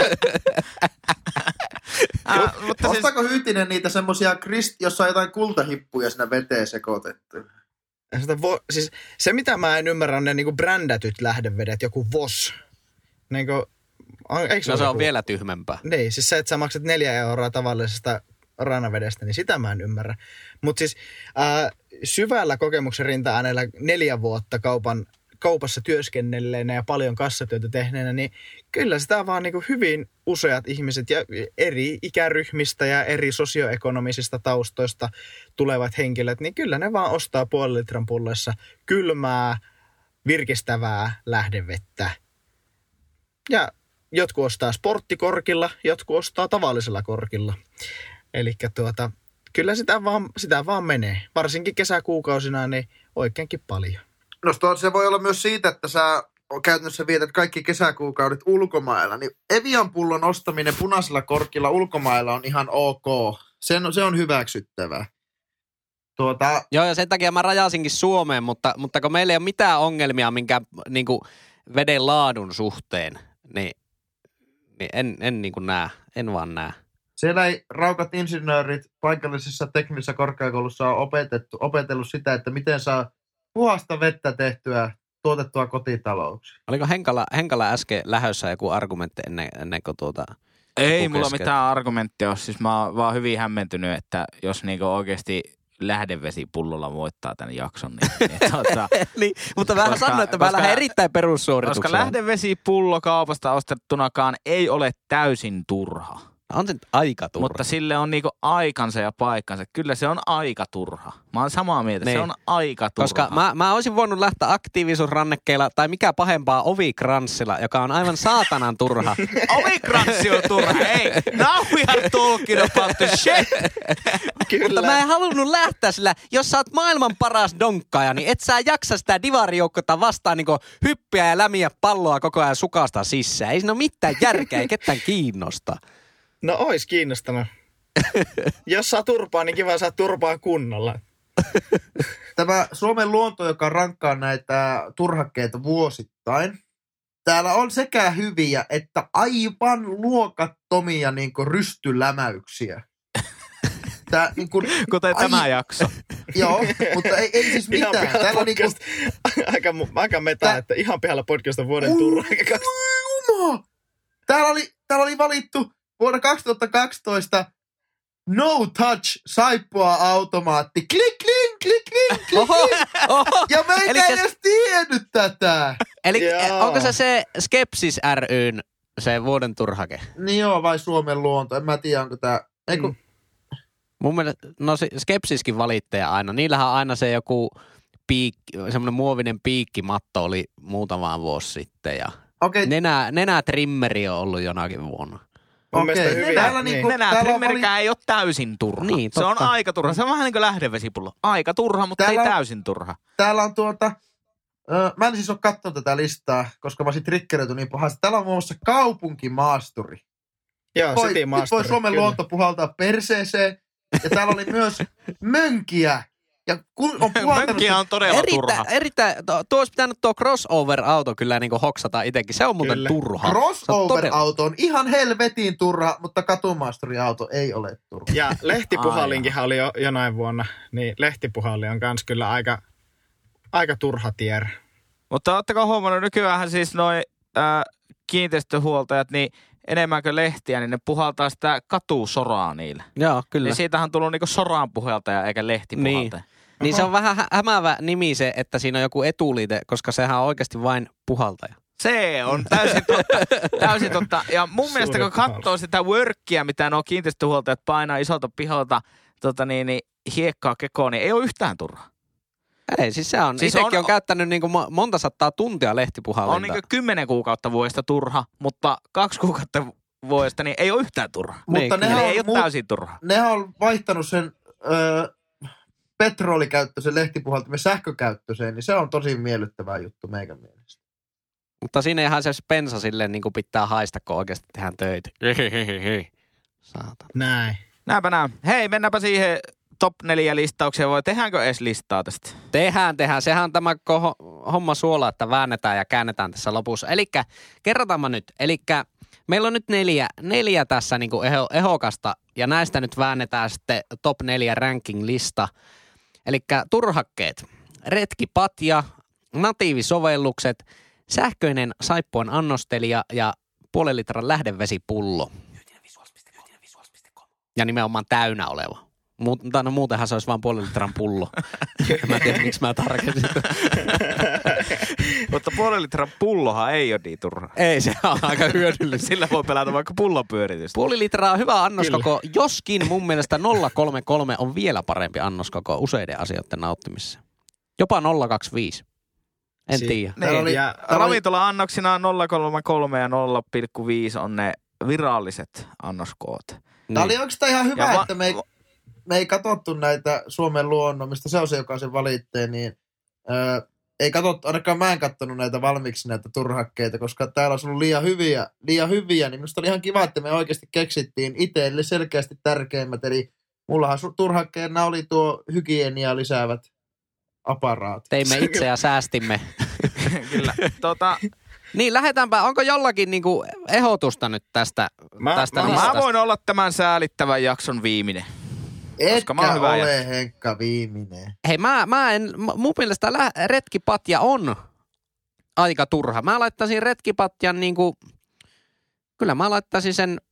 äh, mutta ostaako siis... Hyytinen niitä semmosia, krist... jossa on jotain kultahippuja siinä veteen sekoitettu? Vo... Siis, se mitä mä en ymmärrä on ne niinku brändätyt lähdevedet, joku V O S. Niinku, eikö se no se joku... on vielä tyhmempää. Niin, siis se, että sä maksat neljä euroa tavallisesta rannavedestä, niin sitä mä en ymmärrä. Mutta siis ää, syvällä kokemuksen rinta-äänellä neljä vuotta kaupan, kaupassa työskennelleenä ja paljon kassatyötä tehneenä, niin kyllä sitä vaan niin kuin hyvin useat ihmiset ja eri ikäryhmistä ja eri sosioekonomisista taustoista tulevat henkilöt, niin kyllä ne vaan ostaa puolen litran pulloissa kylmää, virkistävää lähdevettä. Ja jotkut ostaa sporttikorkilla, jotkut ostaa tavallisella korkilla. Eli tuota, kyllä sitä vaan, sitä vaan menee. Varsinkin kesäkuukausina niin oikeinkin paljon. No se voi olla myös siitä, että sä käytännössä vietät kaikki kesäkuukaudet ulkomailla. Niin Evian pullon ostaminen punaisella korkilla ulkomailla on ihan ok. Se on, se on hyväksyttävää. Tuota... Joo, ja sen takia mä rajasinkin Suomeen, mutta, mutta kun meillä ei ole mitään ongelmia minkä niin kuin veden laadun suhteen, niin, niin en, en niin kuin näe, en vaan näe. Siellä ei raukat insinöörit paikallisessa teknisessä korkeakoulussa on opetettu, opetellut sitä, että miten saa puhasta vettä tehtyä, tuotettua kotitalouksiin. Oliko Henkala, Henkala äsken lähössä joku argumentti ennen, ennen kuin tuota... Ei mulla kesken. Mitään argumenttia ole. Siis mä oon vaan hyvin hämmentynyt, että jos niinku oikeasti lähdevesipullolla voittaa tämän jakson, niin... niin tuota, niin, mutta vähän sanoin, että mä lähden erittäin perussuorituksella. Koska lähdevesipullo kaupasta ostettunakaan ei ole täysin turha. On se aika turha. Mutta sille on niinku aikansa ja paikkansa. Kyllä se on aika turha. Mä oon samaa mieltä, niin. Se on aika turha. Koska mä, mä olisin voinut lähteä aktiivisuusrannekkeilla tai mikä pahempaa ovikranssilla, joka on aivan saatanan turha. Ovikranssi on turha, hei! Now we are talking about the shit! Kyllä. Mutta mä en halunnut lähteä sillä, jos sä oot maailman paras donkkaaja, niin et sä jaksa sitä divarijoukkoa vastaan niin hyppiä ja lämiä palloa koko ajan sukasta sisään. Ei siinä ole mitään järkeä, ei ketään kiinnosta. No ois kiinnostanut. Jos saa turpaa, niin kiva saa turpaa kunnolla. Tämä Suomen luonto, joka rankkaa näitä turhakkeita vuosittain. Täällä on sekä hyviä että aivan luokattomia niin kuin rystylämäyksiä. Tää, niin kuin, Kuten ai... tämä jakso. Joo, mutta ei, ei siis mitään. Täällä niin kuin... aika, aika metaa, Tää... että ihan pihalla podcast on vuoden turhakkeesta. Täällä oli, täällä oli valittu vuonna kaksituhattakaksitoista No Touch saippua automaatti. Klik, klik, klik, klik, klik. Oho, oho. Ja me ei Elikkä... edes tiennyt tätä. Eli joo. Onko se se Skepsis ry:n se vuoden turhake? Niin joo, vai Suomen luonto. En mä tiedä, onko tää... Eiku... Mm. Mun mielestä, no se Skepsiskin valitteja aina. Niillähän on aina se joku piikki, semmoinen muovinen piikkimatto oli muutama vuosi sitten ja okay. nenä, nenätrimmeri on ollut jonakin vuonna. Okei, okay. Täällä niin, nenätrimmerikään vali... ei ole täysin turha. Niin, se on aika turha. Se on vähän niin kuin lähdevesipullo. Aika turha, mutta täällä ei täysin turha. Täällä on tuota Öö, mä en siis ole katsonut tätä listaa, koska mä olisin triggeröity niin pahasti. Täällä on muun muassa kaupunkimaasturi. Joo, Voi, City nyt Master. voi Suomen kyllä. luonto puhaltaa perseeseen. Ja täällä oli myös mönkiä. Ja kun on puhaltanut... Mönkkiä on todella Erittäin, turha. erittäin, to, tuo olisi pitänyt tuo crossover-auto kyllä niin kuin hoksata itsekin. Se on muuten Kyllä. turha. Se on todella- Crossover-auto on ihan helvetin turha, mutta katumaasturiauto ei ole turha. Ja lehtipuhallinkinhan oli jo jonain vuonna, niin lehtipuhalli on kans kyllä aika, aika turha tier. Mutta ootteko huomannut, nykyäänhän siis noi äh, kiinteistöhuoltajat, niin enemmänkö lehtiä, niin ne puhaltaa sitä katusoraa niille. Joo, kyllä. Niin siitähän on tullut niinku soraan puhaltaja eikä lehtipuhaltaja. Niin se on vähän hä- hämäävä nimi se, että siinä on joku etuliite, koska sehän on oikeasti vain puhaltaja. Se on täysin totta. täysin totta. Ja mun mielestä kun Suuret katsoo sitä workia, mitä nuo kiinteistöhuoltajat painaa isolta piholta tota niin, niin, hiekkaa kekoon, niin ei ole yhtään turhaa. Ei, siis se on. Siis Siis Itsekin on, on- on käyttänyt niin kuin monta sattaa tuntia On lehtipuhallintaa. niin kymmenen kuukautta vuodesta turha, mutta kaksi kuukautta vuodesta niin ei ole yhtään turha. Mutta Niin, nehän Eli on, ei ole muut, täysin turha. nehän on vaihtanut sen öö, petrolikäyttöisen lehtipuhaltimen sähkökäyttöiseen, niin se on tosi miellyttävä juttu meikän mielestä. Mutta siinä ihan se bensa silleen niin kuin pitää haista, kun oikeasti tehdään töitä. Saatana. Näin. Näinpä näin. Hei, mennäänpä siihen top neljä listaukseen. Voi tehdäänkö edes listaa tästä? Tehdään, tehdään. Sehän on tämä koho- homma suola, että väännetään ja käännetään tässä lopussa. Elikkä, kerrotaanpa nyt. Elikkä meillä on nyt neljä, neljä tässä niin kuin eho, ehokasta, ja näistä nyt väännetään sitten top neljä ranking-lista. Elikkä turhakkeet, retkipatja, natiivisovellukset, sähköinen saippuan annostelija ja puolen litran lähdevesipullo. Ja nimenomaan täynnä oleva. Mutta no muutenhan se olisi vain puolen litran pullo. Mä en tiedä, miksi mä tarkensin. Mutta puolen litran pullohan ei ole niin turha. Ei, se on aika hyödyllistä. Sillä voi pelata vaikka pullonpyöritystä. Puoli litraa on hyvä annoskoko, joskin mun mielestä nolla pilkku kolmekymmentäkolme on vielä parempi annoskoko useiden asioiden nauttimisessa. Jopa nolla pilkku kaksikymmentäviisi. En Si- tiedä. Täällä Niin, oli- ja täällä oli- ravintola-annoksina nolla pilkku kolmekymmentäkolme ja nolla pilkku viisi on ne viralliset annoskoot. Tämä oli oikeastaan ihan hyvä, Ja va- että me ei, me ei katsottu näitä Suomen luonnon, mistä se on se, joka sen valittee, niin öö, ei katsottu, ainakaan mä en katsonut näitä valmiiksi näitä turhakkeita, koska täällä on ollut liian hyviä, liian hyviä, niin minusta oli ihan kiva, että me oikeasti keksittiin itselle selkeästi tärkeimmät, eli mullahan su- turhakkeena oli tuo hygieniaa lisäävät aparaat. Teimme itse ja säästimme. Kyllä. Tota, Niin, lähdetäänpä. Onko jollakin niinku ehdotusta nyt tästä, Mä- tästä mä- listasta? mä voin olla tämän säälittävän jakson viimeinen. Etkä mä oon hyvä ole Henkka viimeinen. Hei, mä, mä en, m- mun mielestä lä- retkipatja on aika turha. Mä laittaisin retkipatjan niinku, kyllä mä laittaisin sen,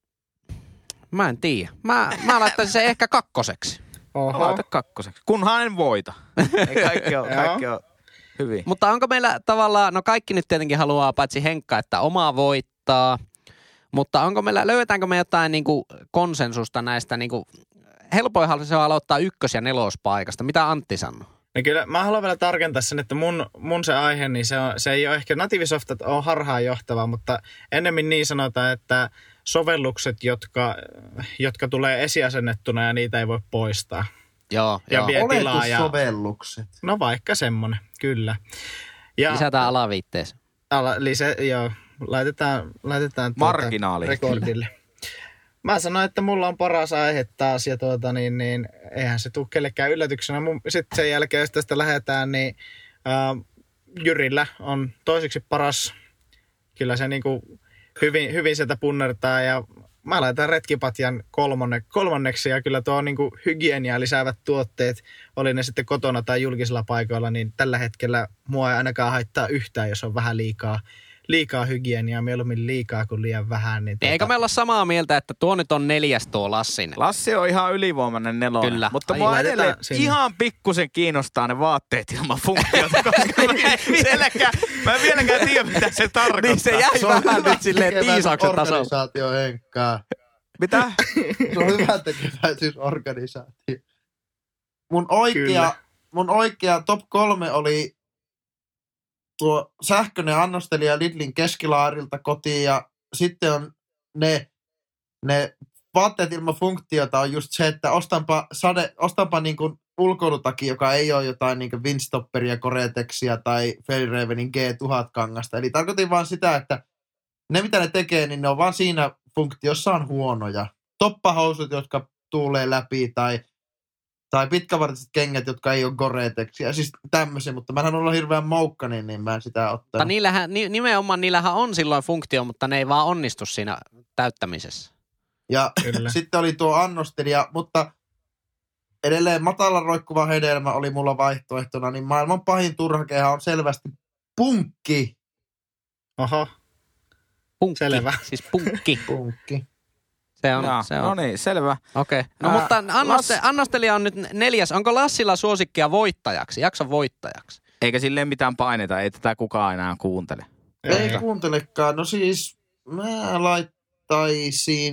mä en tiedä. Mä, mä laittaisin sen ehkä kakkoseksi. Oho. Laita kakkoseksi. Kunhan en voita. Ei kaikki ole, kaikki on hyvin. Mutta onko meillä tavallaan, no kaikki nyt tietenkin haluaa paitsi Henkka, että omaa voittaa, mutta onko meillä, löydetäänkö me jotain niinku konsensusta näistä niinku, helpoinhan se on aloittaa ykkös- ja nelospaikasta. Mitä Antti sanoo? No kyllä, mä haluan vielä tarkentaa sen, että mun, mun se aihe, niin se, on, se ei ole ehkä natiivisoftat on harhaanjohtava, mutta ennemmin niin sanotaan, että sovellukset, jotka, jotka tulee esiasennettuna ja niitä ei voi poistaa. Joo, Ja joo. vie tilaa ja, Oletussovellukset. no vaikka semmonen, kyllä. Ja Lisätään alaviitteeseen. ala, lisä, joo, laitetaan, laitetaan tuota Marginaali. rekordille. Mä sanoin, että mulla on paras aihe taas ja tuota niin, niin eihän se tule kellekään yllätyksenä. Sitten sen jälkeen, jos tästä lähdetään, niin ää, Jyrillä on toiseksi paras. Kyllä se niinku hyvin, hyvin sieltä punnertaa ja mä laitan retkipatjan kolmonne, kolmanneksi ja kyllä tuo niinku hygieniaa lisäävät tuotteet, oli ne sitten kotona tai julkisilla paikoilla, niin tällä hetkellä mua ei ainakaan haittaa yhtään, jos on vähän liikaa, liikaa hygieniaa, mieluummin liikaa kuin liian vähän. Niin Eikö me olla samaa mieltä, että tuo nyt on neljäs tuo Lassin? Lassi on ihan ylivoimainen nelonen. Kyllä. Mutta Ai, mua laitetaan edelleen sinne. ihan pikkusen kiinnostaa ne vaatteet ilman funktiota, koska mä en vieläkään, mä en vieläkään tiedä, mitä se tarkoittaa. Niin se jäi Se on vähän hyvä nyt silleen tekeväinen tiisauksen tasolla. organisaatio, Henkkaa. Mitä? Se on hyvä tekeväisyysorganisaatio. Mun oikea, Kyllä. mun oikea top kolme oli tuo sähköinen annostelija Lidlin keskilaarilta kotiin ja sitten on ne, ne vaatteet ilman funktiota on just se, että ostanpa, sade, ostanpa niin kuin ulkoilutaki, joka ei ole jotain niin Windstopperia, Gore-Texia tai Fjällrävenin G tuhat kangasta. Eli tarkoitin vaan sitä, että ne mitä ne tekee, niin ne on vaan siinä funktiossa on huonoja. Toppahousut, jotka tuulee läpi tai, tai pitkävartiset kengät, jotka ei ole Gore-Texia. Siis tämmöisiä, mutta mähän on ollut hirveän moukka, niin, niin mä en sitä ottanut. Niillähän, nimenomaan niillähän on silloin funktio, mutta ne ei vaan onnistu siinä täyttämisessä. Ja sitten oli tuo annostelija, mutta edelleen matala roikkuva hedelmä oli mulla vaihtoehtona, niin maailman pahin turhakehan on selvästi punkki. Aha. Punkki. Selvä. Siis punkki. Punkki. Se on, Jaa, se on. No niin, selvä. Okei. Okay. No Ää, mutta annoste, Lass... annostelija on nyt neljäs. Onko Lassilla suosikkia voittajaksi, jakson voittajaksi? Eikä silleen mitään paineta, ei tätä kukaan enää kuuntele. Ei, ei kuuntelekaan. No siis mä laittaisin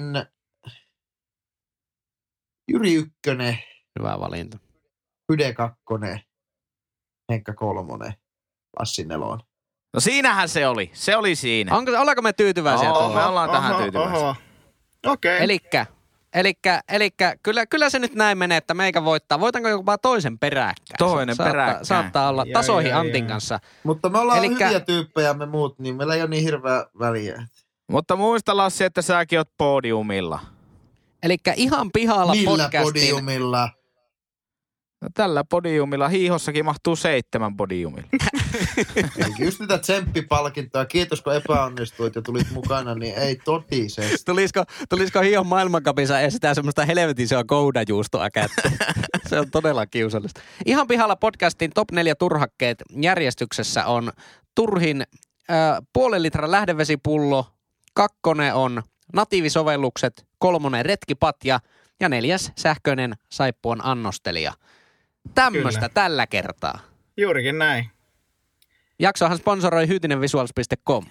Jyri Ykkönen. Hyvä valinta. Hyde Kakkonen. Henkka Kolmonen. Lassi Nelonen. No siinähän se oli. Se oli siinä. Onko, ollaanko me tyytyväisiä Oo, tuolla? me ollaan Oho, tähän tyytyväisiä. oho. Okei. Okay. Elikkä, elikkä, elikkä kyllä, kyllä se nyt näin menee, että meikä voittaa. Voitanko jopa toisen peräkkäin? Toinen saattaa, peräkkäin. Saattaa olla Jai, tasoihin jai, Antin jai. kanssa. Mutta me ollaan Elikkä... hyviä tyyppejä me muut, niin meillä ei ole niin hirveä väliä. Mutta muista Lassi, että säkin oot podiumilla. Elikkä ihan pihalla Millä podcastin. podiumilla? No tällä podiumilla, hiihossakin mahtuu seitsemän podiumilla. Eli just niitä tsemppipalkintoja. Kiitos kun epäonnistuit ja tulit mukana, niin ei totisesti. Tulisiko, tulisiko Hion maailmankapissa estää semmoista helvetin se on koudajuustoa kättä? Se on todella kiusallista. Ihan pihalla podcastin top neljä turhakkeet järjestyksessä on turhin äh, puolen litran lähdevesipullo, kakkonen on natiivisovellukset, kolmonen retkipatja ja neljäs sähköinen saippuan annostelija. Tämmöistä Kyllä. tällä kertaa. Juurikin näin. Jaksohan sponsoroi hyytinenvisuals piste com.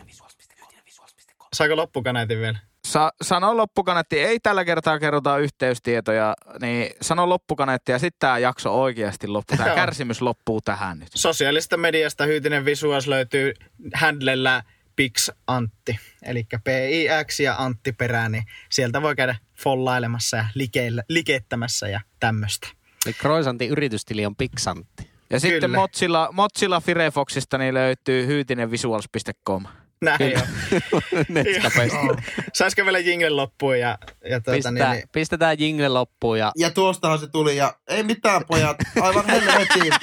Saako loppukaneetin vielä? Sa- sano loppukaneetti, ei tällä kertaa kerrota yhteystietoja, niin sano loppukaneetti ja sitten tämä jakso oikeasti loppuu. Tämä Joo. kärsimys loppuu tähän nyt. Sosiaalista mediasta Hyytinen Visuals löytyy handlellä Pix Antti. Eli P I X ja Antti perään, niin sieltä voi käydä follailemassa ja likeillä, likettämässä ja tämmöistä. Eli Kroisantin yritystili on piksantti. Ja sitten Kyllä. Mozilla, Mozilla Firefoxista niin löytyy hyytinenvisuals piste com. Näin Kyllä. on. Netscapeista. Saisiko vielä jingle loppuun ja, ja tuota, Pistetään, niin, niin, pistetään jingle loppuun ja Ja tuostahan se tuli ja ei mitään pojat, aivan helvetiin.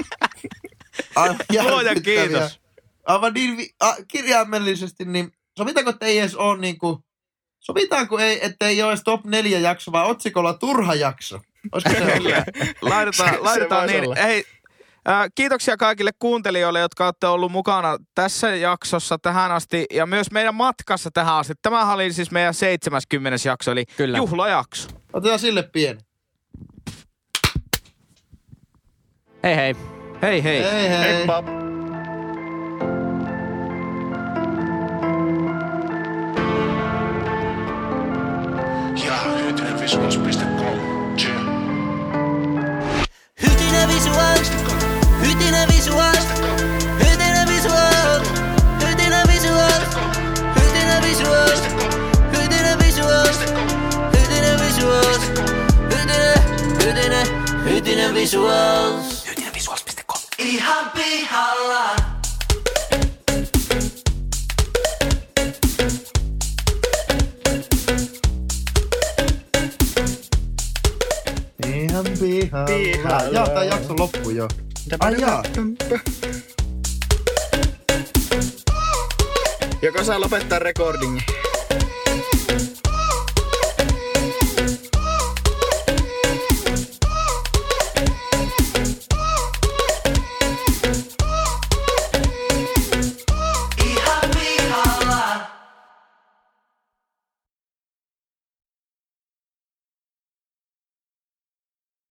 Aivan Luojan järkyttäviä. kiitos. Aivan niin vi- a, kirjaimellisesti, niin sovitaanko, että ei edes ole niinku, sovitaanko ei, että ei ole edes top neljä jakso, vaan otsikolla turha jakso. Olisiko se Kyllä. Laitetaan, Se- laitetaan se voisi niin. olla. Hei, äh, kiitoksia kaikille kuuntelijoille, jotka olette ollut mukana tässä jaksossa tähän asti ja myös meidän matkassa tähän asti. Tämä oli siis meidän seitsemäskymmenes jakso, eli Kyllä. juhlajakso. Otetaan sille pieni. hei hei. Hei hei. Hei hei. heippa! Ja hyytinenvisuals piste com. Chill. Hyytinen Visuals, Hyytinen Visuals, Hyytinen Visuals, Hyytinen Visuals, Hyytinen Visuals, Hyytinen Visuals, Hyytinen Visuals, Hyytinen, Hyytinen, Hyytinen Visuals. Hyytinen Visuals piste com. Ihan pihalla. Ihan pihalla. Pihalla. Jaa, tää jakso loppui jo. Ai jaa. Joko saa lopettaa recordingin?